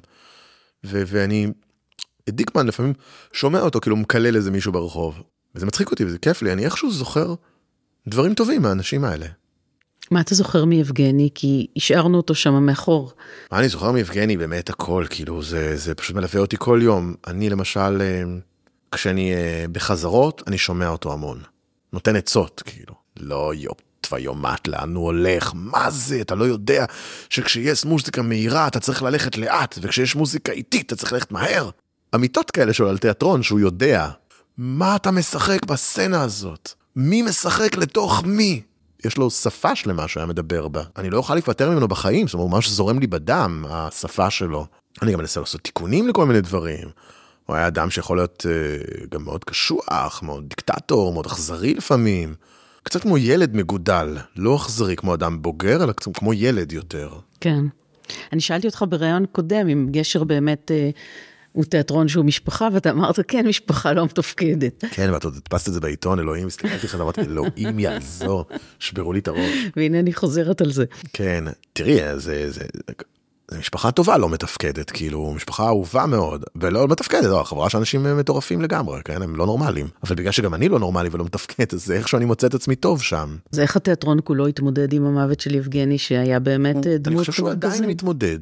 ואני, את דיקמן לפעמים שומע אותו, כאילו מקלל איזה מישהו ברחוב, וזה מצחיק אותי וזה כיף לי, אני איכשהו זוכר דברים טובים מהאנשים האלה.
מה אתה זוכר מיבגני? כי השארנו אותו שם מאחור.
מה אני זוכר מיבגני? באמת הכל, כאילו זה, זה פשוט מלווה אותי כל יום. אני למשל, כשאני בחזרות, אני שומע אותו המון. נותן עצות, כאילו. לא יופ, תוויומת, לאן הוא הולך? מה זה? אתה לא יודע שכשיש מוזיקה מהירה, אתה צריך ללכת לאט, וכשיש מוזיקה איטית, אתה צריך ללכת מהר. אמיתות כאלה שהוא על תיאטרון, שהוא יודע. מה אתה משחק בסצנה הזאת? מי משחק לתוך מי? יש לו שפה שלמה שהיה מדבר בה. אני לא אוכל לפטר ממנו בחיים, זאת אומרת, ממש זורם לי בדם, השפה שלו. אני גם מנסה לעשות תיקונים לכל מיני דברים. הוא היה אדם שיכול להיות uh, גם מאוד קשוח, מאוד דיקטטור, מאוד אכזרי לפעמים. קצת כמו ילד מגודל, לא אכזרי כמו אדם בוגר, אלא קצת כמו ילד יותר.
כן. אני שאלתי אותך בראיון קודם, אם גשר באמת... Uh... הוא תיאטרון שהוא משפחה, ואתה אמרת, כן, משפחה לא מתפקדת.
כן, ואתה הדפסת את זה בעיתון, אלוהים, הסתכלתי לך, אמרתי, אלוהים יעזור, שברו לי את הראש.
והנה אני חוזרת על זה.
כן, תראי, זה, זה, זה משפחה טובה לא מתפקדת, כאילו, משפחה אהובה מאוד, ולא מתפקדת, לא, חברה שאנשים מטורפים לגמרי, כן, הם לא נורמליים. אבל בגלל שגם אני לא נורמלי ולא מתפקד, אז זה איך שאני מוצא את עצמי טוב שם.
זה איך התיאטרון כולו התמודד עם המוות של יבגני, שהיה באמת דמות...
אני חושב שהוא עדיין מתמודד.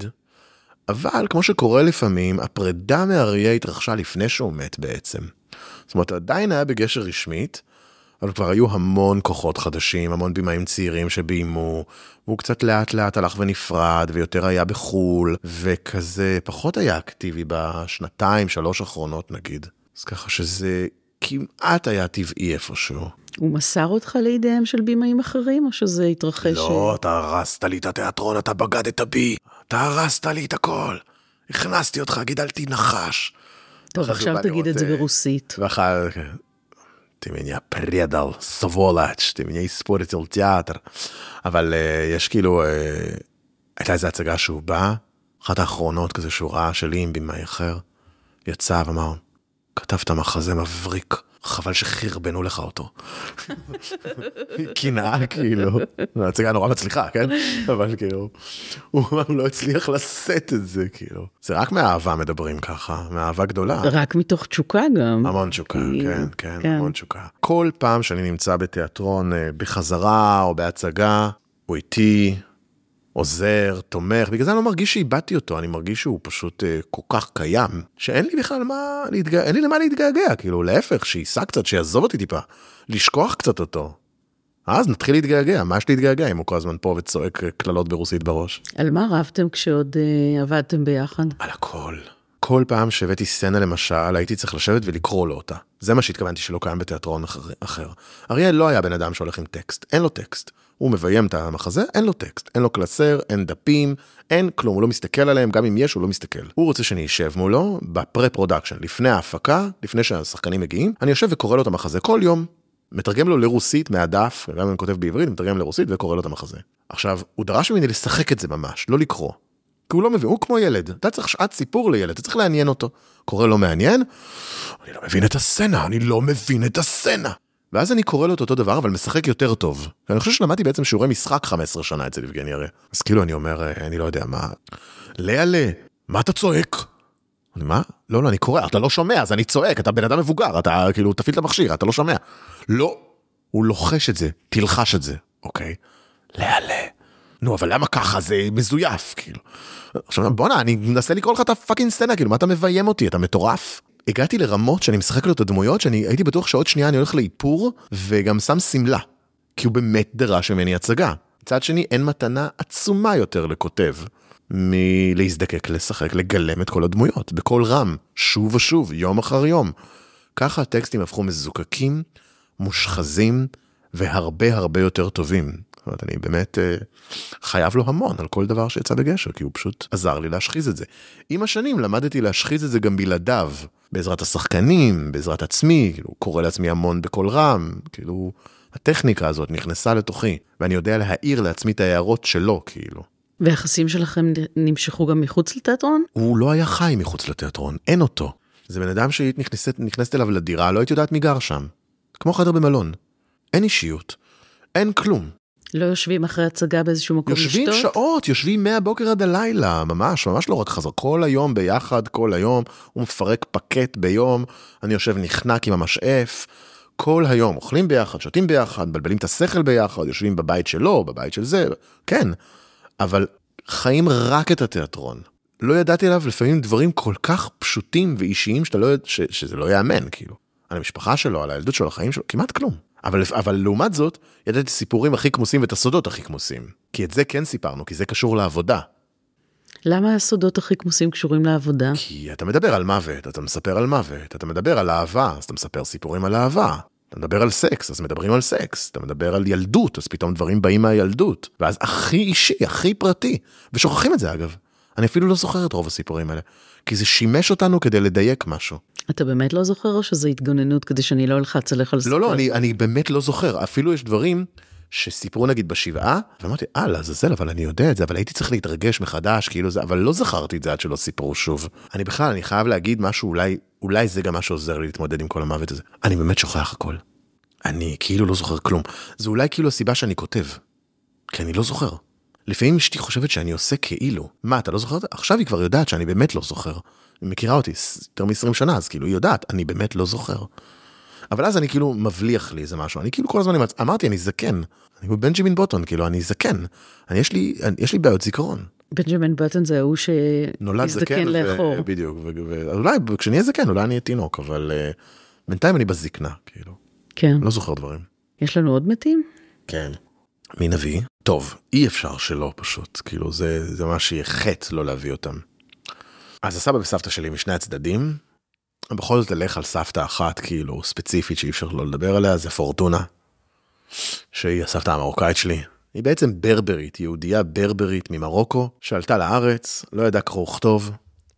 אבל כמו שקורה לפעמים, הפרידה מאריה התרחשה לפני שהוא מת בעצם. זאת אומרת, עדיין היה בגשר רשמית, אבל כבר היו המון כוחות חדשים, המון בימאים צעירים שביימו, והוא קצת לאט לאט הלך ונפרד, ויותר היה בחול, וכזה פחות היה אקטיבי בשנתיים, שלוש האחרונות נגיד. אז ככה שזה כמעט היה טבעי איפשהו.
הוא מסר אותך לידיהם של בימאים אחרים, או שזה התרחש?
לא, אתה הרסת לי את התיאטרון, אתה בגדת בי. אתה הרסת לי את הכל. הכנסתי אותך, גידלתי נחש.
טוב, עכשיו תגיד את זה ברוסית.
ואחר, ты меня предал, сволочь, ты меня испортил театр. אבל יש כאילו, הייתה איזו הצגה שהוא בא, אחת האחרונות כזה שהוא ראה שלי עם בימאי אחר, יצא ואמר, כתבת מחזה מבריק. חבל שחרבנו לך אותו. קנאה, כאילו. הצגה נורא מצליחה, כן? אבל כאילו, הוא לא הצליח לשאת את זה, כאילו. זה רק מהאהבה מדברים ככה, מהאהבה גדולה.
רק מתוך תשוקה גם.
המון תשוקה, כן, כן, המון תשוקה. כל פעם שאני נמצא בתיאטרון, בחזרה או בהצגה, הוא איתי, עוזר, תומך, בגלל זה אני לא מרגיש שאיבדתי אותו, אני מרגיש שהוא פשוט uh, כל כך קיים, שאין לי בכלל מה להתגעגע, אין לי למה להתגעגע, כאילו להפך, שייסע קצת, שיעזוב אותי טיפה, לשכוח קצת אותו. אז נתחיל להתגעגע, מה יש להתגעגע אם הוא כל הזמן פה וצועק כללות ברוסית בראש?
על מה רבתם כשעוד uh, עבדתם ביחד?
על הכל. כל פעם שהבאתי סצנה למשל, הייתי צריך לשבת ולקרוא לו אותה. זה מה שהתכוונתי שלא קיים בתיאטרון אחר. אריאל לא היה בן אדם שהולך עם טקסט, אין לו טקסט. הוא מביים את המחזה, אין לו טקסט, אין לו קלסר, אין דפים, אין כלום, הוא לא מסתכל עליהם, גם אם יש, הוא לא מסתכל. הוא רוצה שאני אשב מולו בפרה-פרודקשן, לפני ההפקה, לפני שהשחקנים מגיעים, אני יושב וקורא לו את המחזה כל יום, מתרגם לו לרוסית מהדף, גם אם אני כותב בעברית, מתרגם לרוסית וקורא לו את המחזה. עכשיו, הוא דרש ממני לשחק את זה ממש, לא לקרוא. כי הוא לא מבין, הוא כמו ילד. אתה צריך שעת סיפור לילד, אתה צריך לעניין אותו. קורא לא מעניין, אני לא מבין את הסצנה, אני לא מבין את הסצנה. ואז אני קורא לו את אותו דבר, אבל משחק יותר טוב. אני חושב שלמדתי בעצם שיעורי משחק חמש עשרה שנה אצל יבגני הרי. אז כאילו אני אומר, אני לא יודע מה, לאה לאה, מה אתה צועק? אני מה? לא, לא, אני קורא, אתה לא שומע, אז אני צועק, אתה בן אדם מבוגר, אתה כאילו תפעיל את המכשיר, אתה לא שומע. לא, הוא לוחש את זה, תלחש את זה, אוקיי? לאה לאה. נו, אבל למה ככה? זה מזויף, כאילו. עכשיו, בוא'נה, אני מנסה לקרוא לך את הפאקינג סצנה, כאילו, מה אתה מביים אותי? אתה מטורף? הגעתי לרמות שאני משחק לו את הדמויות, שאני הייתי בטוח שעוד שנייה אני הולך לאיפור, וגם שם סמלה, כי הוא באמת דרש ממני הצגה. מצד שני, אין מתנה עצומה יותר לכותב, מלהזדקק, לשחק, לגלם את כל הדמויות, בכל רם, שוב ושוב, יום אחר יום. ככה הטקסטים הפכו מזוקקים, מושחזים, והרבה הרבה יותר טובים. זאת אומרת, אני באמת חייב לו המון על כל דבר שיצא בגשר, כי הוא פשוט עזר לי להשחיז את זה. עם השנים למדתי להשחיז את זה גם בלעדיו, בעזרת השחקנים, בעזרת עצמי, כאילו, קורא לעצמי המון בכל רם, כאילו, הטכניקה הזאת נכנסה לתוכי, ואני יודע להעיר לעצמי את ההערות שלו, כאילו.
והיחסים שלכם נמשכו גם מחוץ לתיאטרון?
הוא לא היה חי מחוץ לתיאטרון, אין אותו. זה בן אדם שנכנסת, נכנסת אליו לדירה, לא הייתי יודעת מי גר שם. כמו חדר במלון. אין אישיות, אין כלום.
לא יושבים אחרי הצגה באיזשהו מקום לשתות?
יושבים שעות, יושבים מהבוקר עד הלילה, ממש, ממש לא רק חזר, כל היום ביחד, כל היום, הוא מפרק פקט ביום, אני יושב נחנק עם המשאף, כל היום, אוכלים ביחד, שותים ביחד, בלבלים את השכל ביחד, יושבים בבית שלו, בבית של זה, כן, אבל חיים רק את התיאטרון. לא ידעתי עליו לפעמים דברים כל כך פשוטים ואישיים, שאתה לא, ש, שזה לא יאמן, כאילו. על המשפחה שלו, על הילדות שלו, החיים שלו, כמעט כלום. אבל, אבל לעומת זאת, ידעתי סיפורים הכי כמוסים ואת הסודות הכי כמוסים. כי את זה כן סיפרנו, כי זה קשור לעבודה.
למה הסודות הכי כמוסים קשורים לעבודה?
כי אתה מדבר על מוות, אתה מספר על מוות, אתה מדבר על אהבה, אז אתה מספר סיפורים על אהבה. אתה מדבר על סקס, אז מדברים על סקס. אתה מדבר על ילדות, אז פתאום דברים באים מהילדות. ואז הכי אישי, הכי פרטי. ושוכחים את זה אגב. אני אפילו לא זוכר את רוב הסיפורים האלה. כי זה שימש אותנו כדי לדייק משהו.
אתה באמת לא זוכר או שזה התגוננות כדי שאני לא אלחץ עליך על ספר?
לא, לא, אני, אני באמת לא זוכר. אפילו יש דברים שסיפרו נגיד בשבעה, ואמרתי, אה, לעזאזל, אבל אני יודע את זה, אבל הייתי צריך להתרגש מחדש, כאילו זה, אבל לא זכרתי את זה עד שלא סיפרו שוב. אני בכלל, אני חייב להגיד משהו, אולי, אולי זה גם מה שעוזר לי להתמודד עם כל המוות הזה. אני באמת שוכח הכל. אני כאילו לא זוכר כלום. זה אולי כאילו הסיבה שאני כותב. כי אני לא זוכר. לפעמים אשתי חושבת שאני עושה כאילו. מה, אתה לא זוכר? עכשיו היא כבר יודעת שאני באמת לא זוכר. היא מכירה אותי יותר מ-עשרים שנה, אז כאילו היא יודעת, אני באמת לא זוכר. אבל אז אני כאילו מבליח לי איזה משהו. אני כאילו כל הזמן אמרתי, אני זקן. אני בנג'מין בוטון, כאילו, אני זקן. אני, יש לי, אני, יש לי בעיות זיכרון.
בנג'מין בוטון זה הוא שהזדקן לאחור.
ו- בדיוק. ו- ו- אולי, כשאני אהיה זקן, אולי אני אהיה תינוק, אבל uh, בינתיים אני בזקנה, כאילו.
כן.
לא זוכר דברים.
יש לנו עוד מתים?
כן. מי נביא? טוב, אי אפשר שלא פשוט. כאילו, זה, זה מה שיהיה חטא לא להביא אותם. אז הסבא וסבתא שלי משני הצדדים, בכל זאת אלך על סבתא אחת, כאילו, ספציפית שאי אפשר לא לדבר עליה, זה פורטונה, שהיא הסבתא המרוקאית שלי. היא בעצם ברברית, יהודייה ברברית ממרוקו, שעלתה לארץ, לא ידעה קרוא וכתוב,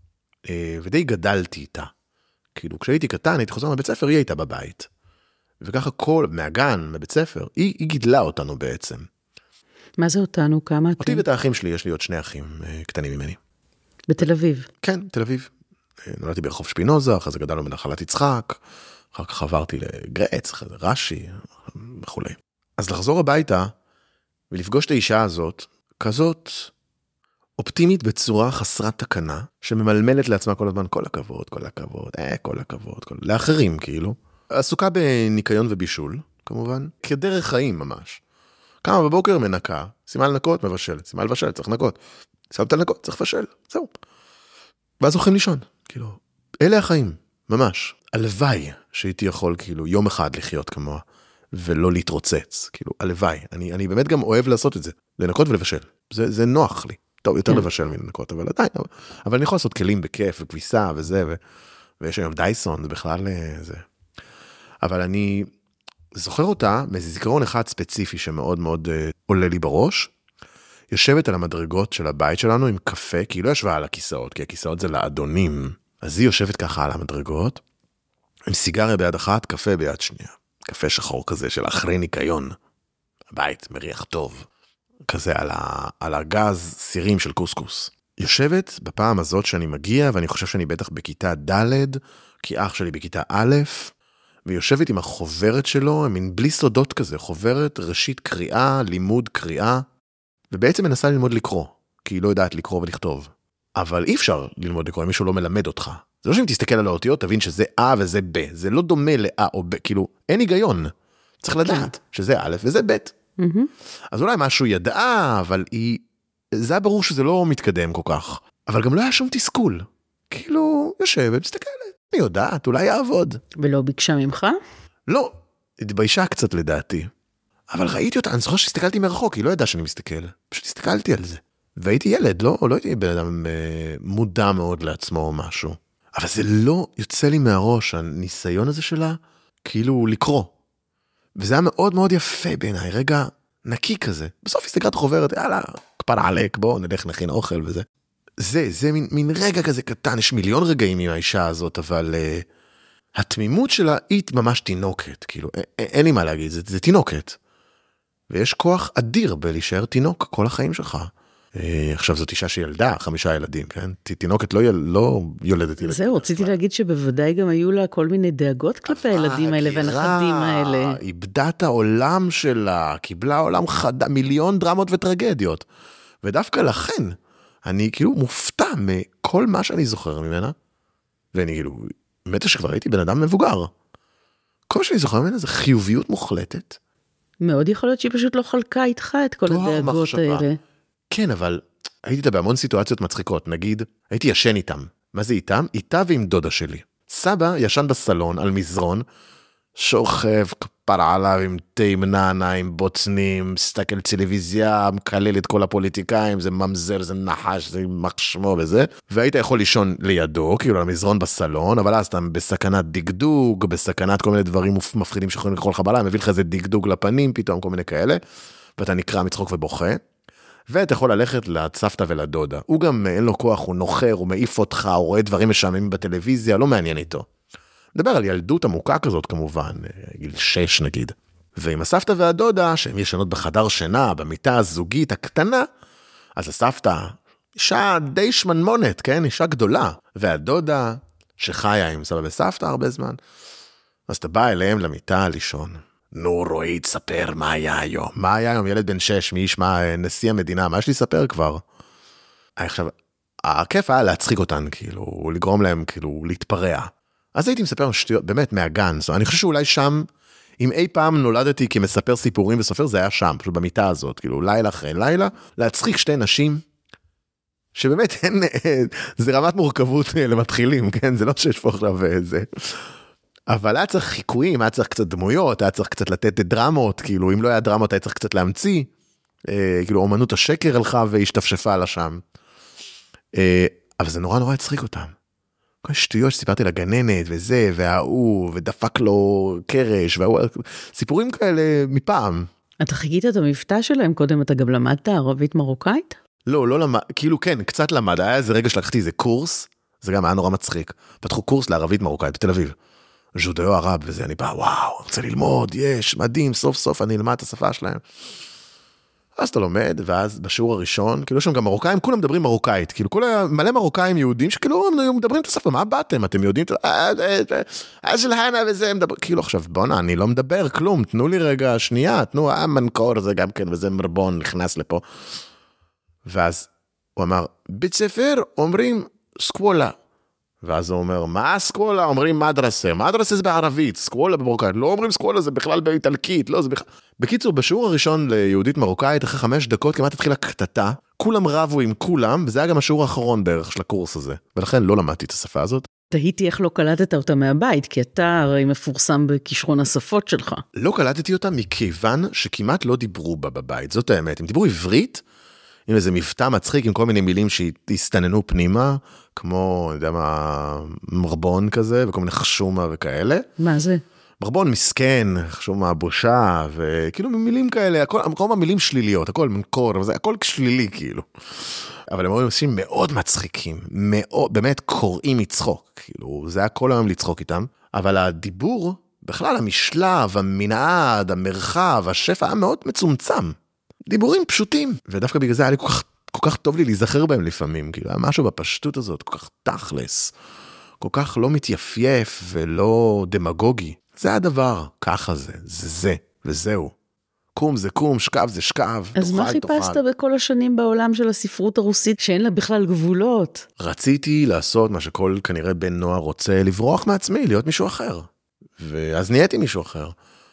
ודי גדלתי איתה. כאילו, כשהייתי קטן, הייתי חוזר מהבית ספר, היא הייתה בבית. וככה כל, מהגן, מבית ספר, היא, היא גידלה אותנו בעצם.
מה זה אותנו? כמה אתם?
אותי ואת האחים שלי, יש לי עוד שני אחים קטנים ממני.
בתל אביב?
כן, תל אביב. נולדתי ברחוב שפינוזה, אחרי זה גדלנו בנחלת יצחק, אחר כך עברתי לגרץ, אחרי זה רש"י, וכו'. אז לחזור הביתה, ולפגוש את האישה הזאת, כזאת אופטימית בצורה חסרת תקנה, שממלמלת לעצמה כל הזמן, כל הכבוד, כל הכבוד, אה, כל הכבוד, כל... לאחרים כאילו. עסוקה בניקיון ובישול, כמובן, כדרך חיים ממש. קמה בבוקר מנקה, שימה לנקות, מבשלת, שימה לבשל, צריך לנקות. שמת לנקות, צריך לבשל, זהו. ואז הולכים לישון, כאילו, אלה החיים, ממש. הלוואי שהייתי יכול, כאילו, יום אחד לחיות כמוה, ולא להתרוצץ, כאילו, הלוואי. אני, אני באמת גם אוהב לעשות את זה, לנקות ולבשל. זה, זה נוח לי, טוב, יותר לבשל מלנקות, אבל עדיין, אבל אני יכול לעשות כלים בכיף, וכביסה וזה, ו... ויש היום דייסון, זה בכלל זה. אבל אני זוכר אותה, מאיזה זיכרון אחד ספציפי, שמאוד מאוד uh, עולה לי בראש, יושבת על המדרגות של הבית שלנו עם קפה, כי היא לא ישבה על הכיסאות, כי הכיסאות זה לאדונים, אז היא יושבת ככה על המדרגות, עם סיגריה ביד אחת, קפה ביד שנייה, קפה שחור כזה של אחרי ניקיון, הבית מריח טוב, כזה על, ה, על הגז סירים של קוסקוס. יושבת בפעם הזאת שאני מגיע, ואני חושב שאני בטח בכיתה ד', כי אח שלי בכיתה א', ויושבת עם החוברת שלו, מין בלי סודות כזה, חוברת ראשית קריאה, לימוד קריאה, ובעצם מנסה ללמוד לקרוא, כי היא לא יודעת לקרוא ולכתוב. אבל אי אפשר ללמוד לקרוא, אם מישהו לא מלמד אותך. זה לא שאם תסתכל על האותיות, תבין שזה אה וזה ב', זה לא דומה לאה או ב', כאילו, אין היגיון. צריך לדעת שזה א' וזה ב'. אז אולי משהו ידעה, אבל היא, זה היה ברור שזה לא מתקדם כל כך. אבל גם לא היה שום תסכול. כאילו, יושבת, מסתכלת, אני יודעת, אולי יעבוד.
ולא ביקשה ממך?
לא, התביישה קצת לדעתי. אבל ראיתי אותה, אני זוכר שהסתכלתי מרחוק, היא לא ידעה שאני מסתכל. פשוט הסתכלתי על זה. והייתי ילד, לא, לא הייתי בן אדם מודע מאוד לעצמו או משהו. אבל זה לא יוצא לי מהראש, הניסיון הזה שלה, כאילו לקרוא. וזה היה מאוד מאוד יפה בעיניי, רגע נקי כזה. בסוף הסתגרת חוברת, יאללה, כפר עלק, בוא נלך נכין אוכל וזה. זה, זה מין, מין רגע כזה קטן, יש מיליון רגעים עם האישה הזאת, אבל uh, התמימות שלה היא ממש תינוקת, כאילו, א- א- אין לי מה להגיד, זה, זה תינוקת. ויש כוח אדיר בלהישאר תינוק כל החיים שלך. Uh, עכשיו זאת אישה שילדה, חמישה ילדים, כן? תינוקת לא, יל, לא יולדת ילדים.
זהו, רציתי להגיד שבוודאי גם היו לה כל מיני דאגות כלפי הילדים האלה והנכדים האלה.
איבדה את העולם שלה, קיבלה עולם חד... מיליון דרמות וטרגדיות. ודווקא לכן, אני כאילו מופתע מכל מה שאני זוכר ממנה, ואני כאילו, באמת שכבר הייתי בן אדם מבוגר. כל מה שאני זוכר ממנה זה חיוביות מוחלטת.
מאוד יכול להיות שהיא פשוט לא חלקה איתך את כל הדאגות האלה.
כן, אבל הייתי איתה בהמון סיטואציות מצחיקות. נגיד, הייתי ישן איתם. מה זה איתם? איתה ועם דודה שלי. סבא ישן בסלון על מזרון, שוכב כפר עליו עם תה מנענה, עם בוצנים, מסתכל טלוויזיה, מקלל את כל הפוליטיקאים, זה ממזר, זה נחש, זה מחשמו וזה. והיית יכול לישון לידו, כאילו על המזרון בסלון, אבל אז אתה בסכנת דגדוג, בסכנת כל מיני דברים מפחידים שיכולים לקרוא לך בלילה, מביא לך איזה דגדוג לפנים, פתאום כל מיני כאלה, ואתה נקרא מצחוק ובוכה. ואתה יכול ללכת לסבתא ולדודה. הוא גם אין לו כוח, הוא נוחר, הוא מעיף אותך, הוא רואה דברים משעממים בטלוויזיה, לא מעניין איתו. מדבר על ילדות עמוקה כזאת כמובן, גיל שש נגיד. ועם הסבתא והדודה, שהן ישנות בחדר שינה, במיטה הזוגית הקטנה, אז הסבתא, אישה די שמנמונת, כן? אישה גדולה. והדודה, שחיה עם סבא וסבתא הרבה זמן, אז אתה בא אליהם למיטה לישון. נו רועי, תספר מה היה היום. מה היה היום? ילד בן שש, מי ישמע נשיא המדינה, מה יש לי לספר כבר? עכשיו, הכיף היה להצחיק אותן, כאילו, לגרום להם, כאילו, להתפרע. אז הייתי מספר שטויות, באמת, מהגן. זאת אומרת, אני חושב שאולי שם, אם אי פעם נולדתי כמספר סיפורים וסופר, זה היה שם, פשוט במיטה הזאת, כאילו, לילה אחרי לילה, להצחיק שתי נשים, שבאמת אין, זה רמת מורכבות למתחילים, כן? זה לא שיש פה עכשיו איזה... אבל היה צריך חיקויים, היה צריך קצת דמויות, היה צריך קצת לתת דרמות, כאילו אם לא היה דרמות היה צריך קצת להמציא, אה, כאילו אומנות השקר הלכה והשתפשפה לה שם. אה, אבל זה נורא נורא הצחיק אותם. כל שטויות שסיפרתי לגננת וזה, וההוא, ודפק לו קרש, והוא, סיפורים כאלה מפעם.
אתה חיכית את המבטא שלהם קודם, אתה גם למדת ערבית מרוקאית?
לא, לא למד, כאילו כן, קצת למד, היה איזה רגע שלקחתי איזה קורס, זה גם היה נורא מצחיק. פתחו קורס לערבית מרוקאית בתל אביב. ז'ודאו ערב וזה, אני בא, וואו, אני רוצה ללמוד, יש, מדהים, סוף סוף אני אלמד את השפה שלהם. אז אתה לומד, ואז בשיעור הראשון, כאילו שם גם מרוקאים, כולם מדברים מרוקאית, כאילו כל מלא מרוקאים יהודים, שכאילו הם מדברים את השפה, מה באתם? אתם יודעים, אז של הנה וזה, כאילו עכשיו, בוא'נה, אני לא מדבר כלום, תנו לי רגע שנייה, תנו, אה, מנקור זה גם כן, וזה מרבון נכנס לפה. ואז הוא אמר, בית ספר אומרים סקולה. ואז הוא אומר, מה סקולה? אומרים מדרסה. מדרסה זה בערבית, סקולה במרוקאית. לא אומרים סקולה, זה בכלל באיטלקית. לא, זה בכלל... בקיצור, בשיעור הראשון ליהודית מרוקאית, אחרי חמש דקות כמעט התחילה קטטה. כולם רבו עם כולם, וזה היה גם השיעור האחרון בערך של הקורס הזה. ולכן לא למדתי את השפה הזאת.
תהיתי איך לא קלטת אותה מהבית, כי אתה הרי מפורסם בכישרון השפות שלך.
לא קלטתי אותה מכיוון שכמעט לא דיברו בה בבית. זאת האמת. אם דיברו עברית, עם איזה מבטא מצחיק, עם כל מיני מילים שהסתננו פנימה, כמו, אני יודע מה, מרבון כזה, וכל מיני חשומה וכאלה.
מה זה?
מרבון מסכן, חשומה בושה, וכאילו מילים כאלה, הכל, כל המילים שליליות, הכל מנקור, הכל שלילי כאילו. אבל הם אומרים אנשים מאוד מצחיקים, מאוד, באמת קוראים מצחוק, כאילו, זה היה כל היום לצחוק איתם, אבל הדיבור, בכלל המשלב, המנעד, המרחב, השפע היה מאוד מצומצם. דיבורים פשוטים, ודווקא בגלל זה היה לי כל כך, כל כך טוב לי להיזכר בהם לפעמים, כאילו, היה משהו בפשטות הזאת, כל כך תכלס, כל כך לא מתייפייף ולא דמגוגי. זה הדבר, ככה זה, זה זה, וזהו. קום זה קום, שקב זה שקב, תאכל,
אז מה חיפשת בכל השנים בעולם של הספרות הרוסית, שאין לה בכלל גבולות?
רציתי לעשות מה שכל כנראה בן נוער רוצה, לברוח מעצמי, להיות מישהו אחר. ואז נהייתי מישהו אחר.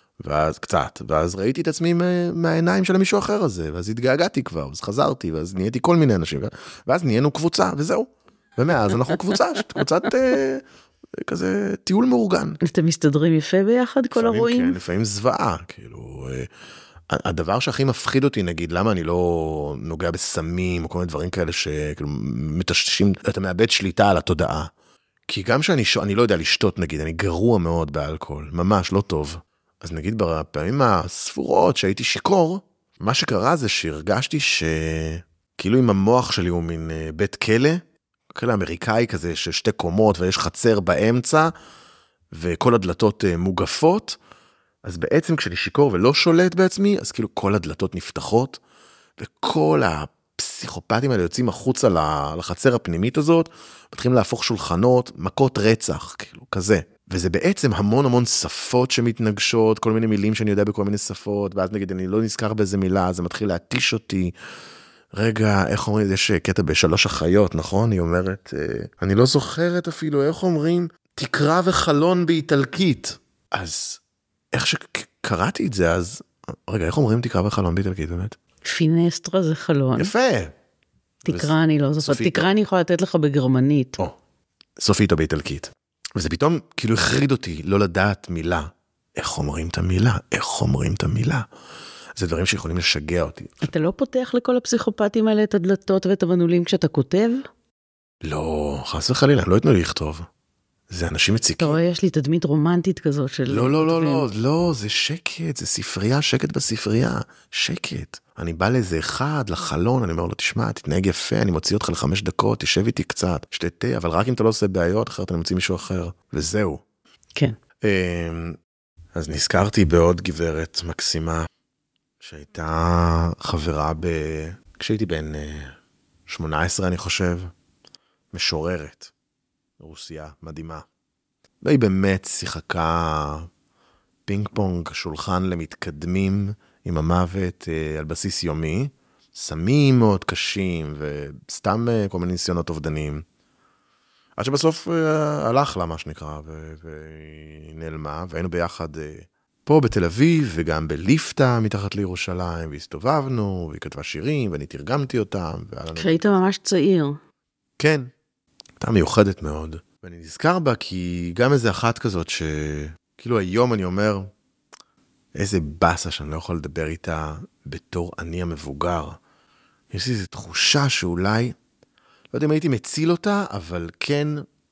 ואז קצת, ואז ראיתי את עצמי מהעיניים של המישהו אחר הזה, ואז התגעגעתי כבר, אז חזרתי, ואז נהייתי כל מיני אנשים, ואז נהיינו קבוצה, וזהו. ומאז אנחנו קבוצה, קבוצת אה, כזה טיול מאורגן.
אתם מסתדרים יפה ביחד, כל הרואים?
כן, לפעמים זוועה, כאילו, אה, הדבר שהכי מפחיד אותי, נגיד, למה אני לא נוגע בסמים, או כל מיני דברים כאלה שכאילו מטשטשים, אתה מאבד שליטה על התודעה. כי גם שאני אני לא יודע לשתות, נגיד, אני גרוע מאוד באלכוהול, ממש לא טוב. אז נגיד בפעמים הספורות שהייתי שיקור, מה שקרה זה שהרגשתי שכאילו אם המוח שלי הוא מין בית כלא, כלא אמריקאי כזה ששתי קומות ויש חצר באמצע, וכל הדלתות מוגפות, אז בעצם כשאני שיקור ולא שולט בעצמי, אז כאילו כל הדלתות נפתחות, וכל הפסיכופטים האלה יוצאים החוצה לחצר הפנימית הזאת, מתחילים להפוך שולחנות, מכות רצח, כאילו כזה. וזה בעצם המון המון שפות שמתנגשות, כל מיני מילים שאני יודע בכל מיני שפות, ואז נגיד אני לא נזכר באיזה מילה, זה מתחיל להתיש אותי. רגע, איך אומרים, יש קטע בשלוש החיות, נכון? היא אומרת, אני לא זוכרת אפילו, איך אומרים, תקרה וחלון באיטלקית. אז איך שקראתי את זה, אז, רגע, איך אומרים תקרה וחלון באיטלקית באמת?
פינסטרה זה חלון.
יפה.
תקרה אני לא זוכרת, תקרה אני יכולה לתת לך בגרמנית.
או, סופית או באיטלקית. וזה פתאום כאילו החריד אותי לא לדעת מילה. איך אומרים את המילה? איך אומרים את המילה? זה דברים שיכולים לשגע אותי.
אתה לא פותח לכל הפסיכופטים האלה את הדלתות ואת המנעולים כשאתה כותב?
לא, חס וחלילה, לא יתנו לי לכתוב. זה אנשים מציקים.
אתה רואה, יש לי תדמית רומנטית כזאת של...
לא, לא, לא, לא, לא, זה שקט, זה ספרייה, שקט בספרייה, שקט. אני בא לאיזה אחד, לחלון, אני אומר לו, תשמע, תתנהג יפה, אני מוציא אותך לחמש דקות, תשב איתי קצת, שתתה, אבל רק אם אתה לא עושה בעיות, אחרת אני מוציא מישהו אחר, וזהו.
כן.
אז נזכרתי בעוד גברת מקסימה, שהייתה חברה ב... כשהייתי בן שמונה עשרה, אני חושב, משוררת, רוסיה, מדהימה. והיא באמת שיחקה פינג פונג, שולחן למתקדמים עם המוות על בסיס יומי, סמים מאוד קשים, וסתם כל מיני ניסיונות אובדניים. עד שבסוף הלך לה, מה שנקרא, והיא נעלמה, והיינו ביחד פה בתל אביב, וגם בליפטה מתחת לירושלים, והסתובבנו, והיא כתבה שירים, ואני תרגמתי אותם.
כשהיית ממש צעיר.
כן, הייתה מיוחדת מאוד. ואני נזכר בה כי גם איזה אחת כזאת שכאילו היום אני אומר, איזה בסה שאני לא יכול לדבר איתה בתור אני המבוגר. יש לי איזו תחושה שאולי, לא יודע אם הייתי מציל אותה, אבל כן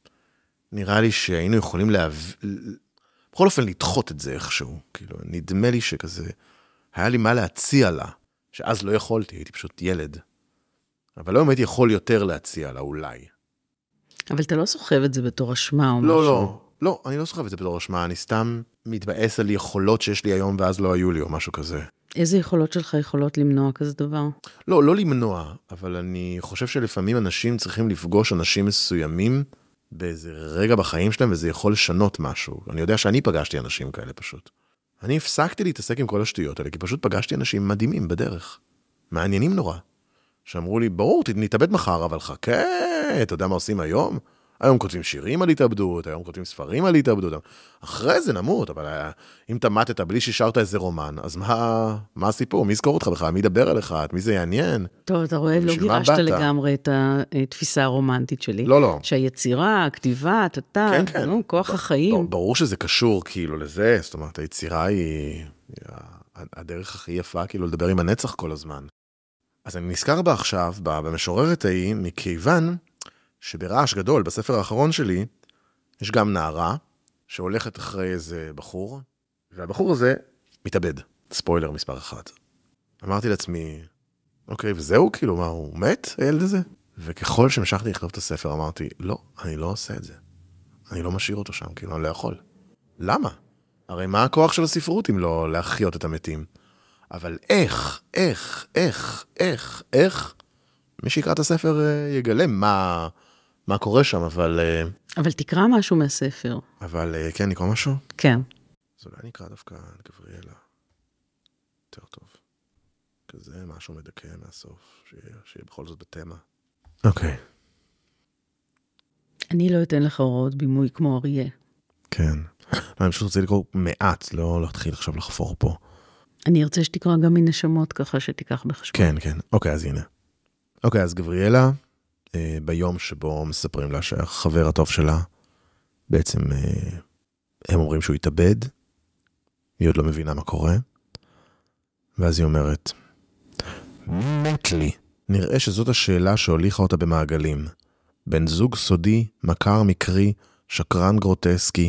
נראה לי שהיינו יכולים להב... בכל אופן לדחות את זה איכשהו. כאילו, נדמה לי שכזה, היה לי מה להציע לה, שאז לא יכולתי, הייתי פשוט ילד. אבל לא אם הייתי יכול יותר להציע לה, אולי.
אבל אתה לא סוחב את זה בתור אשמה או
לא,
משהו.
לא, לא, אני לא סוחב את זה בתור אשמה, אני סתם מתבאס על יכולות שיש לי היום ואז לא היו לי או משהו כזה.
איזה יכולות שלך יכולות למנוע כזה דבר?
לא, לא למנוע, אבל אני חושב שלפעמים אנשים צריכים לפגוש אנשים מסוימים באיזה רגע בחיים שלהם, וזה יכול לשנות משהו. אני יודע שאני פגשתי אנשים כאלה פשוט. אני הפסקתי להתעסק עם כל השטויות האלה, כי פשוט פגשתי אנשים מדהימים בדרך. מעניינים נורא. שאמרו לי, ברור, נתאבד מחר, אבל חכה, אתה יודע מה עושים היום? היום כותבים שירים על התאבדות, היום כותבים ספרים על התאבדות. אחרי זה נמות, אבל אם אתה מתת בלי ששרת איזה רומן, אז מה, מה הסיפור? מי יזכור אותך בכלל? מי ידבר עליך? את מי זה יעניין?
טוב, אתה רואה, לא גירשת לגמרי את התפיסה הרומנטית שלי.
לא, לא.
שהיצירה, הכתיבה, אתה,
כן, כן.
כוח החיים.
ברור שזה קשור כאילו לזה, זאת אומרת, היצירה היא הדרך הכי יפה, כאילו לדבר עם הנצח כל הזמן. אז אני נזכר בה עכשיו, במשוררת ההיא, מכיוון שברעש גדול, בספר האחרון שלי, יש גם נערה שהולכת אחרי איזה בחור, והבחור הזה מתאבד. ספוילר מספר אחד. אמרתי לעצמי, אוקיי, וזהו, כאילו, מה, הוא מת, הילד הזה? וככל שמשכתי לכתוב את הספר, אמרתי, לא, אני לא עושה את זה. אני לא משאיר אותו שם, כאילו, אני לא יכול. למה? הרי מה הכוח של הספרות אם לא להחיות את המתים? אבל איך, איך, איך, איך, איך? מי שיקרא את הספר יגלם מה, מה קורה שם, אבל...
אבל תקרא משהו מהספר.
אבל כן, נקרא משהו?
כן.
אז אולי נקרא דווקא גבריאלה. יותר טוב. כזה משהו מדכא מהסוף, שיהיה, שיהיה בכל זאת בתמה. אוקיי.
אני לא אתן לך הוראות בימוי כמו אריה.
כן. אני פשוט רוצה לקרוא מעט, לא להתחיל עכשיו לחפור פה.
אני ארצה שתקרא גם מנשמות ככה שתיקח בחשבון.
כן, כן. אוקיי, אז הנה. אוקיי, אז גבריאלה, אה, ביום שבו מספרים לה שהחבר הטוב שלה, בעצם אה, הם אומרים שהוא יתאבד, היא עוד לא מבינה מה קורה, ואז היא אומרת, מת לי. נראה שזאת השאלה שהוליכה אותה במעגלים. בן זוג סודי, מכר מקרי, שקרן גרוטסקי.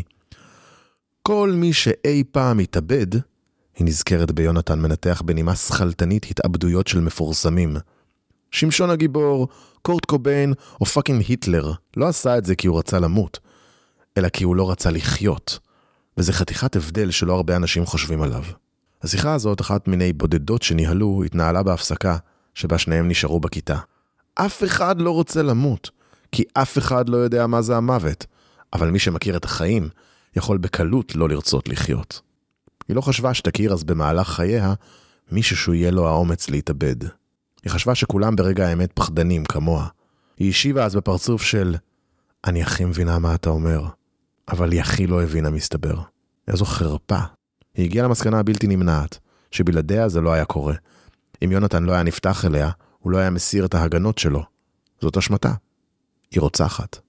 כל מי שאי פעם התאבד, היא נזכרת ביונתן מנתח בנימה שכלתנית התאבדויות של מפורסמים. שמשון הגיבור, קורט קוביין או פאקינג היטלר לא עשה את זה כי הוא רצה למות, אלא כי הוא לא רצה לחיות. וזה חתיכת הבדל שלא הרבה אנשים חושבים עליו. השיחה הזאת, אחת מיני בודדות שניהלו, התנהלה בהפסקה, שבה שניהם נשארו בכיתה. אף אחד לא רוצה למות, כי אף אחד לא יודע מה זה המוות, אבל מי שמכיר את החיים, יכול בקלות לא לרצות לחיות. היא לא חשבה שתכיר אז במהלך חייה, מישהו יהיה לו האומץ להתאבד. היא חשבה שכולם ברגע האמת פחדנים כמוה. היא השיבה אז בפרצוף של, אני הכי מבינה מה אתה אומר, אבל היא הכי לא הבינה מסתבר. איזו חרפה. היא הגיעה למסקנה הבלתי נמנעת, שבלעדיה זה לא היה קורה. אם יונתן לא היה נפתח אליה, הוא לא היה מסיר את ההגנות שלו. זאת אשמתה. היא רוצחת.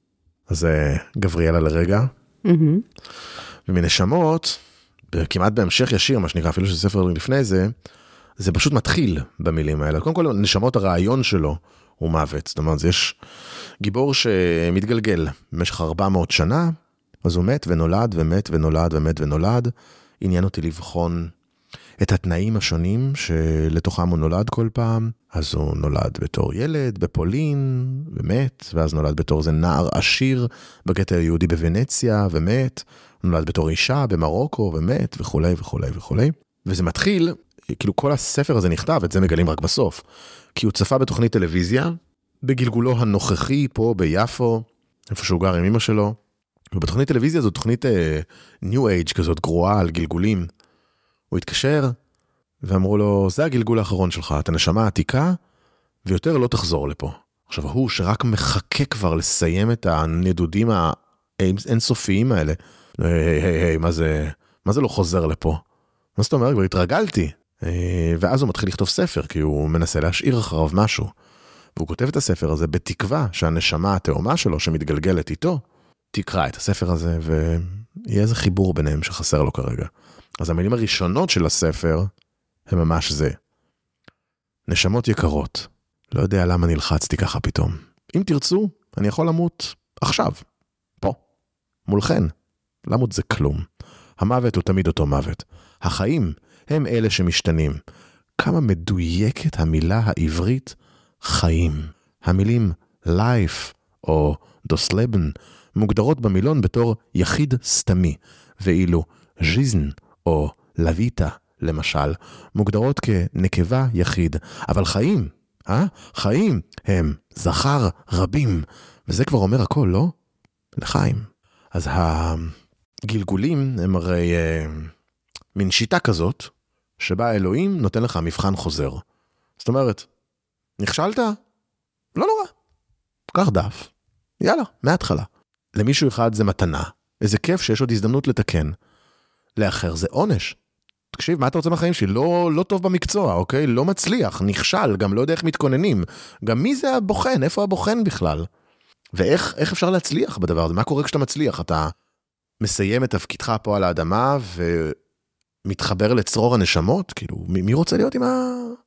אז גבריאלה לרגע.
Mm-hmm.
ומנשמות, כמעט בהמשך ישיר, מה שנקרא, אפילו שספר לפני זה, זה פשוט מתחיל במילים האלה. קודם כל, נשמות הרעיון שלו הוא מוות. זאת אומרת, יש גיבור שמתגלגל במשך ארבע מאות שנה, אז הוא מת ונולד ומת ונולד ומת ונולד. עניין אותי לבחון את התנאים השונים שלתוכם הוא נולד כל פעם. אז הוא נולד בתור ילד בפולין ומת, ואז נולד בתור זה נער עשיר בגטו היהודי בוונציה ומת, נולד בתור אישה במרוקו ומת וכולי וכולי וכולי. וזה מתחיל, כאילו כל הספר הזה נכתב, את זה מגלים רק בסוף, כי הוא צפה בתוכנית טלוויזיה, בגלגולו הנוכחי פה ביפו, איפה שהוא גר עם אמא שלו, ובתוכנית טלוויזיה זו תוכנית ניו אייג' כזאת גרועה על גלגולים. הוא התקשר ואמרו לו, זה הגלגול האחרון שלך, אתה נשמה עתיקה, ויותר לא תחזור לפה. עכשיו, הוא שרק מחכה כבר לסיים את הנדודים האינסופיים האלה, היי, היי, היי, מה זה, מה זה לא חוזר לפה? מה זאת אומרת? כבר התרגלתי. ואז הוא מתחיל לכתוב ספר, כי הוא מנסה להשאיר אחריו משהו. והוא כותב את הספר הזה בתקווה שהנשמה התאומה שלו שמתגלגלת איתו, תקרא את הספר הזה, ויהיה איזה חיבור ביניהם שחסר לו כרגע. אז המילים הראשונות של הספר, הם ממש זה. נשמות יקרות, לא יודע למה נלחצתי ככה פתאום. אם תרצו, אני יכול למות עכשיו, פה, מולכן. למות זה כלום. המוות הוא תמיד אותו מוות. החיים הם אלה שמשתנים. כמה מדויקת המילה העברית חיים. המילים life או das Leben מוגדרות במילון בתור יחיד סתמי, ואילו ז'יזן או לויטה, למשל, מוגדרות כנקבה יחיד. אבל חיים, אה? חיים הם זכר רבים, וזה כבר אומר הכל, לא? לחיים. אז הגלגולים הם הרי אה, מין שיטה כזאת, שבה האלוהים נותן לך מבחן חוזר. זאת אומרת, נכשלת? לא נורא. קח דף. יאללה, מההתחלה. למישהו אחד זה מתנה. איזה כיף שיש עוד הזדמנות לתקן. לאחר זה עונש. תקשיב, מה אתה רוצה מהחיים שלי? לא, לא טוב במקצוע, אוקיי? לא מצליח, נכשל, גם לא יודע איך מתכוננים. גם מי זה הבוחן? איפה הבוחן בכלל? ואיך איך אפשר להצליח בדבר הזה? מה קורה כשאתה מצליח? אתה מסיים את תפקידך פה על האדמה ומתחבר לצרור הנשמות? כאילו, מי, מי רוצה להיות עם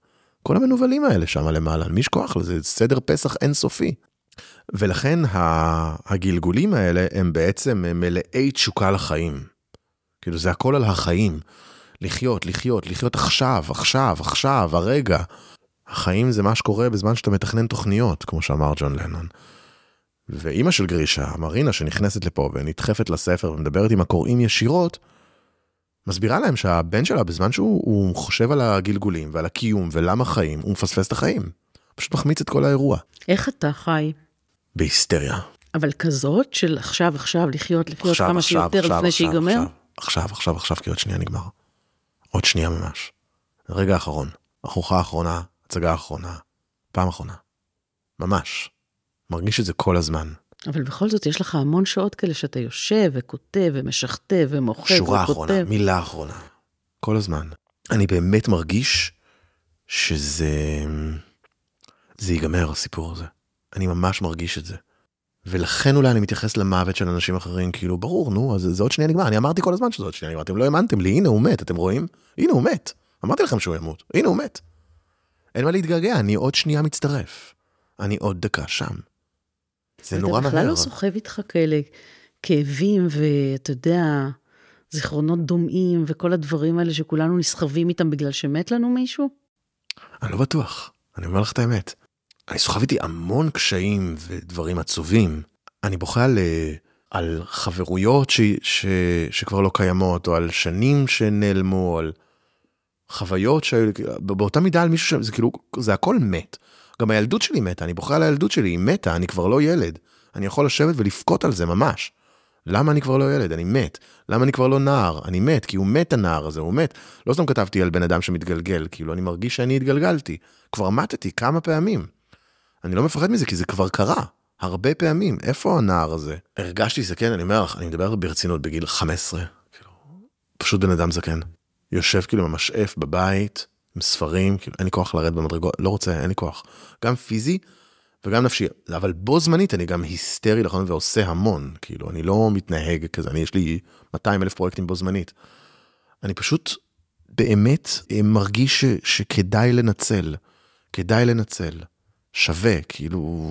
כל המנובלים האלה שם למעלה, מי שכוח לזה, סדר פסח אינסופי. ולכן הגלגולים האלה הם בעצם מלאי תשוקה לחיים. כאילו זה הכל על החיים. לחיות, לחיות, לחיות עכשיו, עכשיו, עכשיו, הרגע. החיים זה מה שקורה בזמן שאתה מתכנן תוכניות, כמו שאמר ג'ון לנון. ואימא של גרישה, מרינה, שנכנסת לפה ונדחפת לספר ומדברת עם הקוראים ישירות, מסבירה להם שהבן שלה, בזמן שהוא חושב על הגלגולים ועל הקיום ולמה חיים, הוא מפספס את החיים. פשוט מחמיץ את כל האירוע.
איך אתה חי?
בהיסטריה.
אבל כזאת של עכשיו, עכשיו, לחיות, לחיות
עכשיו,
כמה
עכשיו,
שיותר
עכשיו,
לפני
עכשיו,
שיגמר?
עכשיו, עכשיו, עכשיו, עכשיו, כי עוד שנייה נגמר. עוד שנייה ממש. רגע האחרון. ארוחה האחרונה, הצגה האחרונה, פעם אחרונה. ממש. מרגיש את זה כל הזמן.
אבל בכל זאת יש לך המון שעות כאלה שאתה יושב וכותב ומשכתב ומוחק וכותב.
שורה האחרונה, מילה האחרונה. כל הזמן. אני באמת מרגיש שזה... זה ייגמר הסיפור הזה. אני ממש מרגיש את זה. ולכן אולי אני מתייחס למוות של אנשים אחרים, כאילו, ברור, נו, אז זה עוד שנייה נגמר. אני אמרתי כל הזמן שזה עוד שנייה נגמר. אתם לא האמנתם לי, הנה הוא מת, אתם רואים? הנה הוא מת. אמרתי לכם שהוא ימות. הנה הוא מת. אין מה להתגעגע, אני עוד שנייה מצטרף. אני עוד דקה שם. זה נורא מהר.
אתה בכלל לא סוחב איתך כאלה כאבים, ואתה יודע, זיכרונות דומעים, וכל הדברים האלה שכולנו נסחבים איתם בגלל שמת לנו מישהו?
אני לא בטוח. אני אומר לך את האמת. אני סוחב איתי המון קשיים ודברים עצובים. אני בוכה על, על חברויות ש, ש, שכבר לא קיימות, או על שנים שנעלמו, או על חוויות שהיו, באותה מידה על מישהו, זה כאילו, זה הכל מת. גם הילדות שלי מתה, אני בוכה על הילדות שלי, היא מתה, אני כבר לא ילד. אני יכול לשבת ולפקוט על זה ממש. למה אני כבר לא ילד? אני מת. למה אני כבר לא נער? אני מת, כי הוא מת הנער הזה, הוא מת. לא סתם כתבתי על בן אדם שמתגלגל, כאילו אני מרגיש שאני התגלגלתי. כבר מתתי כמה פעמים. אני לא מפחד מזה, כי זה כבר קרה. הרבה פעמים. איפה הנער הזה? הרגשתי זקן, אני אומר לך, אני מדבר ברצינות בגיל חמש עשרה. כאילו, פשוט בן אדם זקן. יושב כאילו ממשאף בבית, עם ספרים, כאילו, אין לי כוח לרד במדרגות, לא רוצה, אין לי כוח. גם פיזי וגם נפשי. אבל בו זמנית אני גם היסטרי לכן ועושה המון. כאילו, אני לא מתנהג כזה, אני יש לי מאתיים אלף פרויקטים בו זמנית. אני פשוט באמת מרגיש ש, שכדאי לנצל. כדאי לנצל. שווה, כאילו,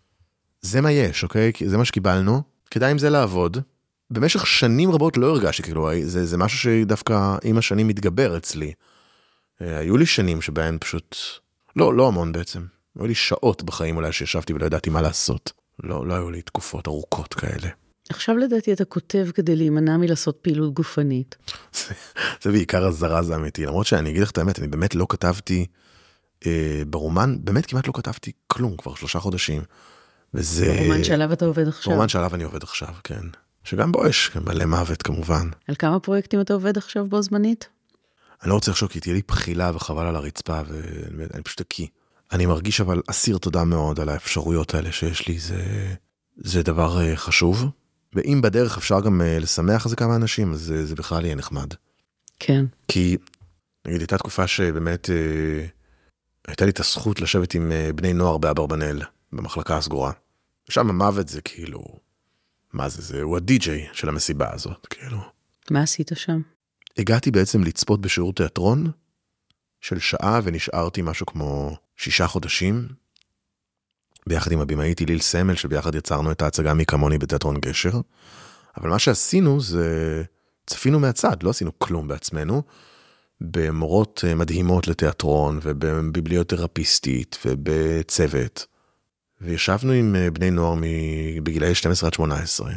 זה מה יש, אוקיי? זה מה שקיבלנו, כדאי עם זה לעבוד. במשך שנים רבות לא הרגשתי, כאילו, זה, זה משהו שדווקא עם השנים מתגבר אצלי. היו לי שנים שבהן פשוט, לא, לא המון בעצם. היו לי שעות בחיים אולי שישבתי ולא ידעתי מה לעשות. לא, לא היו לי תקופות ארוכות כאלה.
עכשיו לדעתי אתה כותב כדי להימנע מלעשות פעילות גופנית.
זה, זה בעיקר הזרז האמיתי. למרות שאני אגיד לך את האמת, אני באמת לא כתבתי, ברומן, באמת כמעט לא כתבתי כלום, כבר שלושה חודשים. וזה...
ברומן שעליו אתה עובד עכשיו.
ברומן שעליו אני עובד עכשיו, כן. שגם בו יש מלא מוות כמובן.
על כמה פרויקטים אתה עובד עכשיו בו זמנית?
אני לא רוצה לחשוב, כי תהיה לי בחילה וחבל על הרצפה, ואני פשוט אקי. אני מרגיש אבל אסיר תודה מאוד על האפשרויות האלה שיש לי, זה, זה דבר חשוב. ואם בדרך אפשר גם לשמח איזה כמה אנשים, אז זה, זה בכלל יהיה נחמד.
כן.
כי, נגיד, הייתה תקופה שבאמת... הייתה לי את הזכות לשבת עם בני נוער באברבנאל, במחלקה הסגורה. שם המוות זה כאילו, מה זה, זה, הוא הדי-ג'יי של המסיבה הזאת, כאילו.
מה עשית שם?
הגעתי בעצם לצפות בשיעור תיאטרון של שעה, ונשארתי משהו כמו שישה חודשים, ביחד עם הבמאית היליל סמל, שביחד יצרנו את ההצגה מי כמוני בתיאטרון גשר. אבל מה שעשינו זה, צפינו מהצד, לא עשינו כלום בעצמנו, במורות מדהימות לתיאטרון, ובביבליותרפיסטית, ובצוות. וישבנו עם בני נוער בגילאי שתים עשרה עד שמונה עשרה,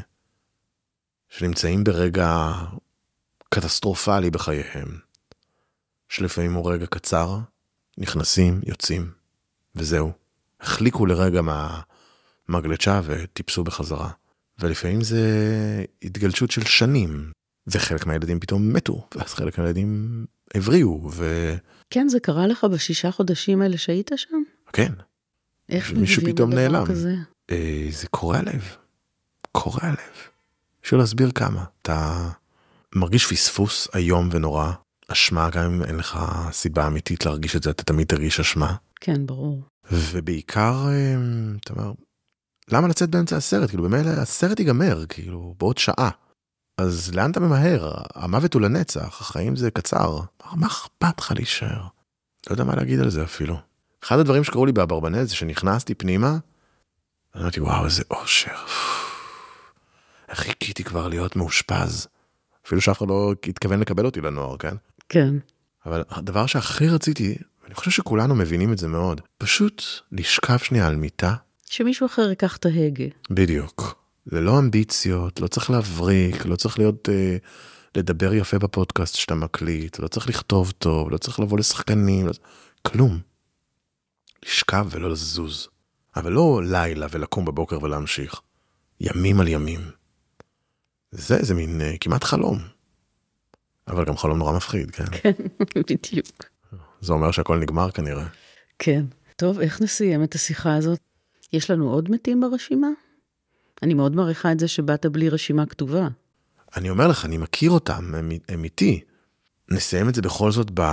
שנמצאים ברגע קטסטרופלי בחייהם, שלפעמים הוא רגע קצר, נכנסים, יוצאים, וזהו. החליקו לרגע מהמגלצ'ה וטיפסו בחזרה. ולפעמים זה התגלשות של שנים, וחלק מהילדים פתאום מתו, ואז חלק מהילדים הבריאו, ו...
כן, זה קרה לך בשישה חודשים האלה שהיית שם?
כן.
איך
מישהו פתאום נעלם.
כזה?
אה, זה קורע לב. קורע לב. אפשר להסביר כמה. אתה מרגיש פספוס היום ונורא, אשמה, גם אם אין לך סיבה אמיתית להרגיש את זה, אתה תמיד תרגיש אשמה.
כן, ברור.
ובעיקר, אתה אומר, למה לצאת באמצע הסרט? כאילו, במילא הסרט ייגמר, כאילו, בעוד שעה. אז לאן אתה ממהר? המוות הוא לנצח, החיים זה קצר. מה אכפת לך להישאר? לא יודע מה להגיד על זה אפילו. אחד הדברים שקראו לי באברבנל זה שנכנסתי פנימה, ואמרתי, וואו, איזה אושר. איך חיכיתי כבר להיות מאושפז. אפילו שאף אחד לא התכוון לקבל אותי לנוער, כן?
כן.
אבל הדבר שהכי רציתי, ואני חושב שכולנו מבינים את זה מאוד, פשוט לשכב שנייה על מיטה.
שמישהו אחר ייקח את ההגה.
בדיוק. זה לא אמביציות, לא צריך להבריק, לא צריך להיות, אה, לדבר יפה בפודקאסט שאתה מקליט, לא צריך לכתוב טוב, לא צריך לבוא לשחקנים, לא... כלום. לשכב ולא לזוז. אבל לא לילה ולקום בבוקר ולהמשיך. ימים על ימים. זה, זה מין uh, כמעט חלום. אבל גם חלום נורא מפחיד, כן?
כן, בדיוק.
זה אומר שהכל נגמר כנראה.
כן. טוב, איך נסיים את השיחה הזאת? יש לנו עוד מתים ברשימה? אני מאוד מעריכה את זה שבאת בלי רשימה כתובה.
אני אומר לך, אני מכיר אותם, הם, הם איתי. נסיים את זה בכל זאת ב...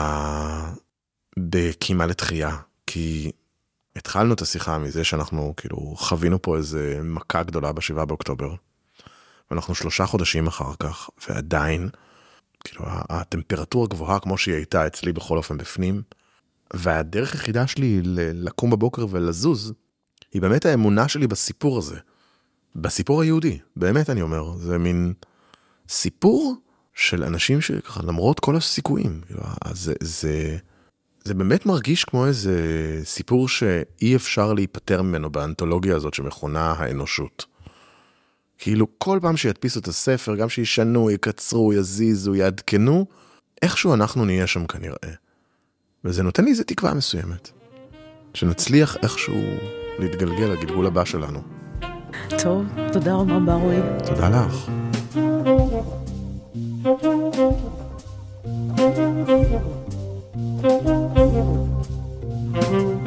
בקימה לתחייה. כי התחלנו את השיחה מזה שאנחנו כאילו חווינו פה איזה מכה גדולה בשבעה באוקטובר. ואנחנו שלושה חודשים אחר כך, ועדיין, כאילו, הטמפרטורה גבוהה כמו שהיא הייתה אצלי בכל אופן בפנים, והדרך היחידה שלי לקום בבוקר ולזוז, היא באמת האמונה שלי בסיפור הזה. בסיפור היהודי, באמת אני אומר, זה מין סיפור של אנשים שככה, למרות כל הסיכויים, זה, זה, זה באמת מרגיש כמו איזה סיפור שאי אפשר להיפטר ממנו באנתולוגיה הזאת שמכונה האנושות. כאילו כל פעם שידפיסו את הספר, גם שישנו, יקצרו, יזיזו, יעדכנו, איכשהו אנחנו נהיה שם כנראה. וזה נותן לי איזו תקווה מסוימת. שנצליח איכשהו להתגלגל לגלגול הבא שלנו.
טוב, תודה רבה ברוי.
תודה לך. Thank you.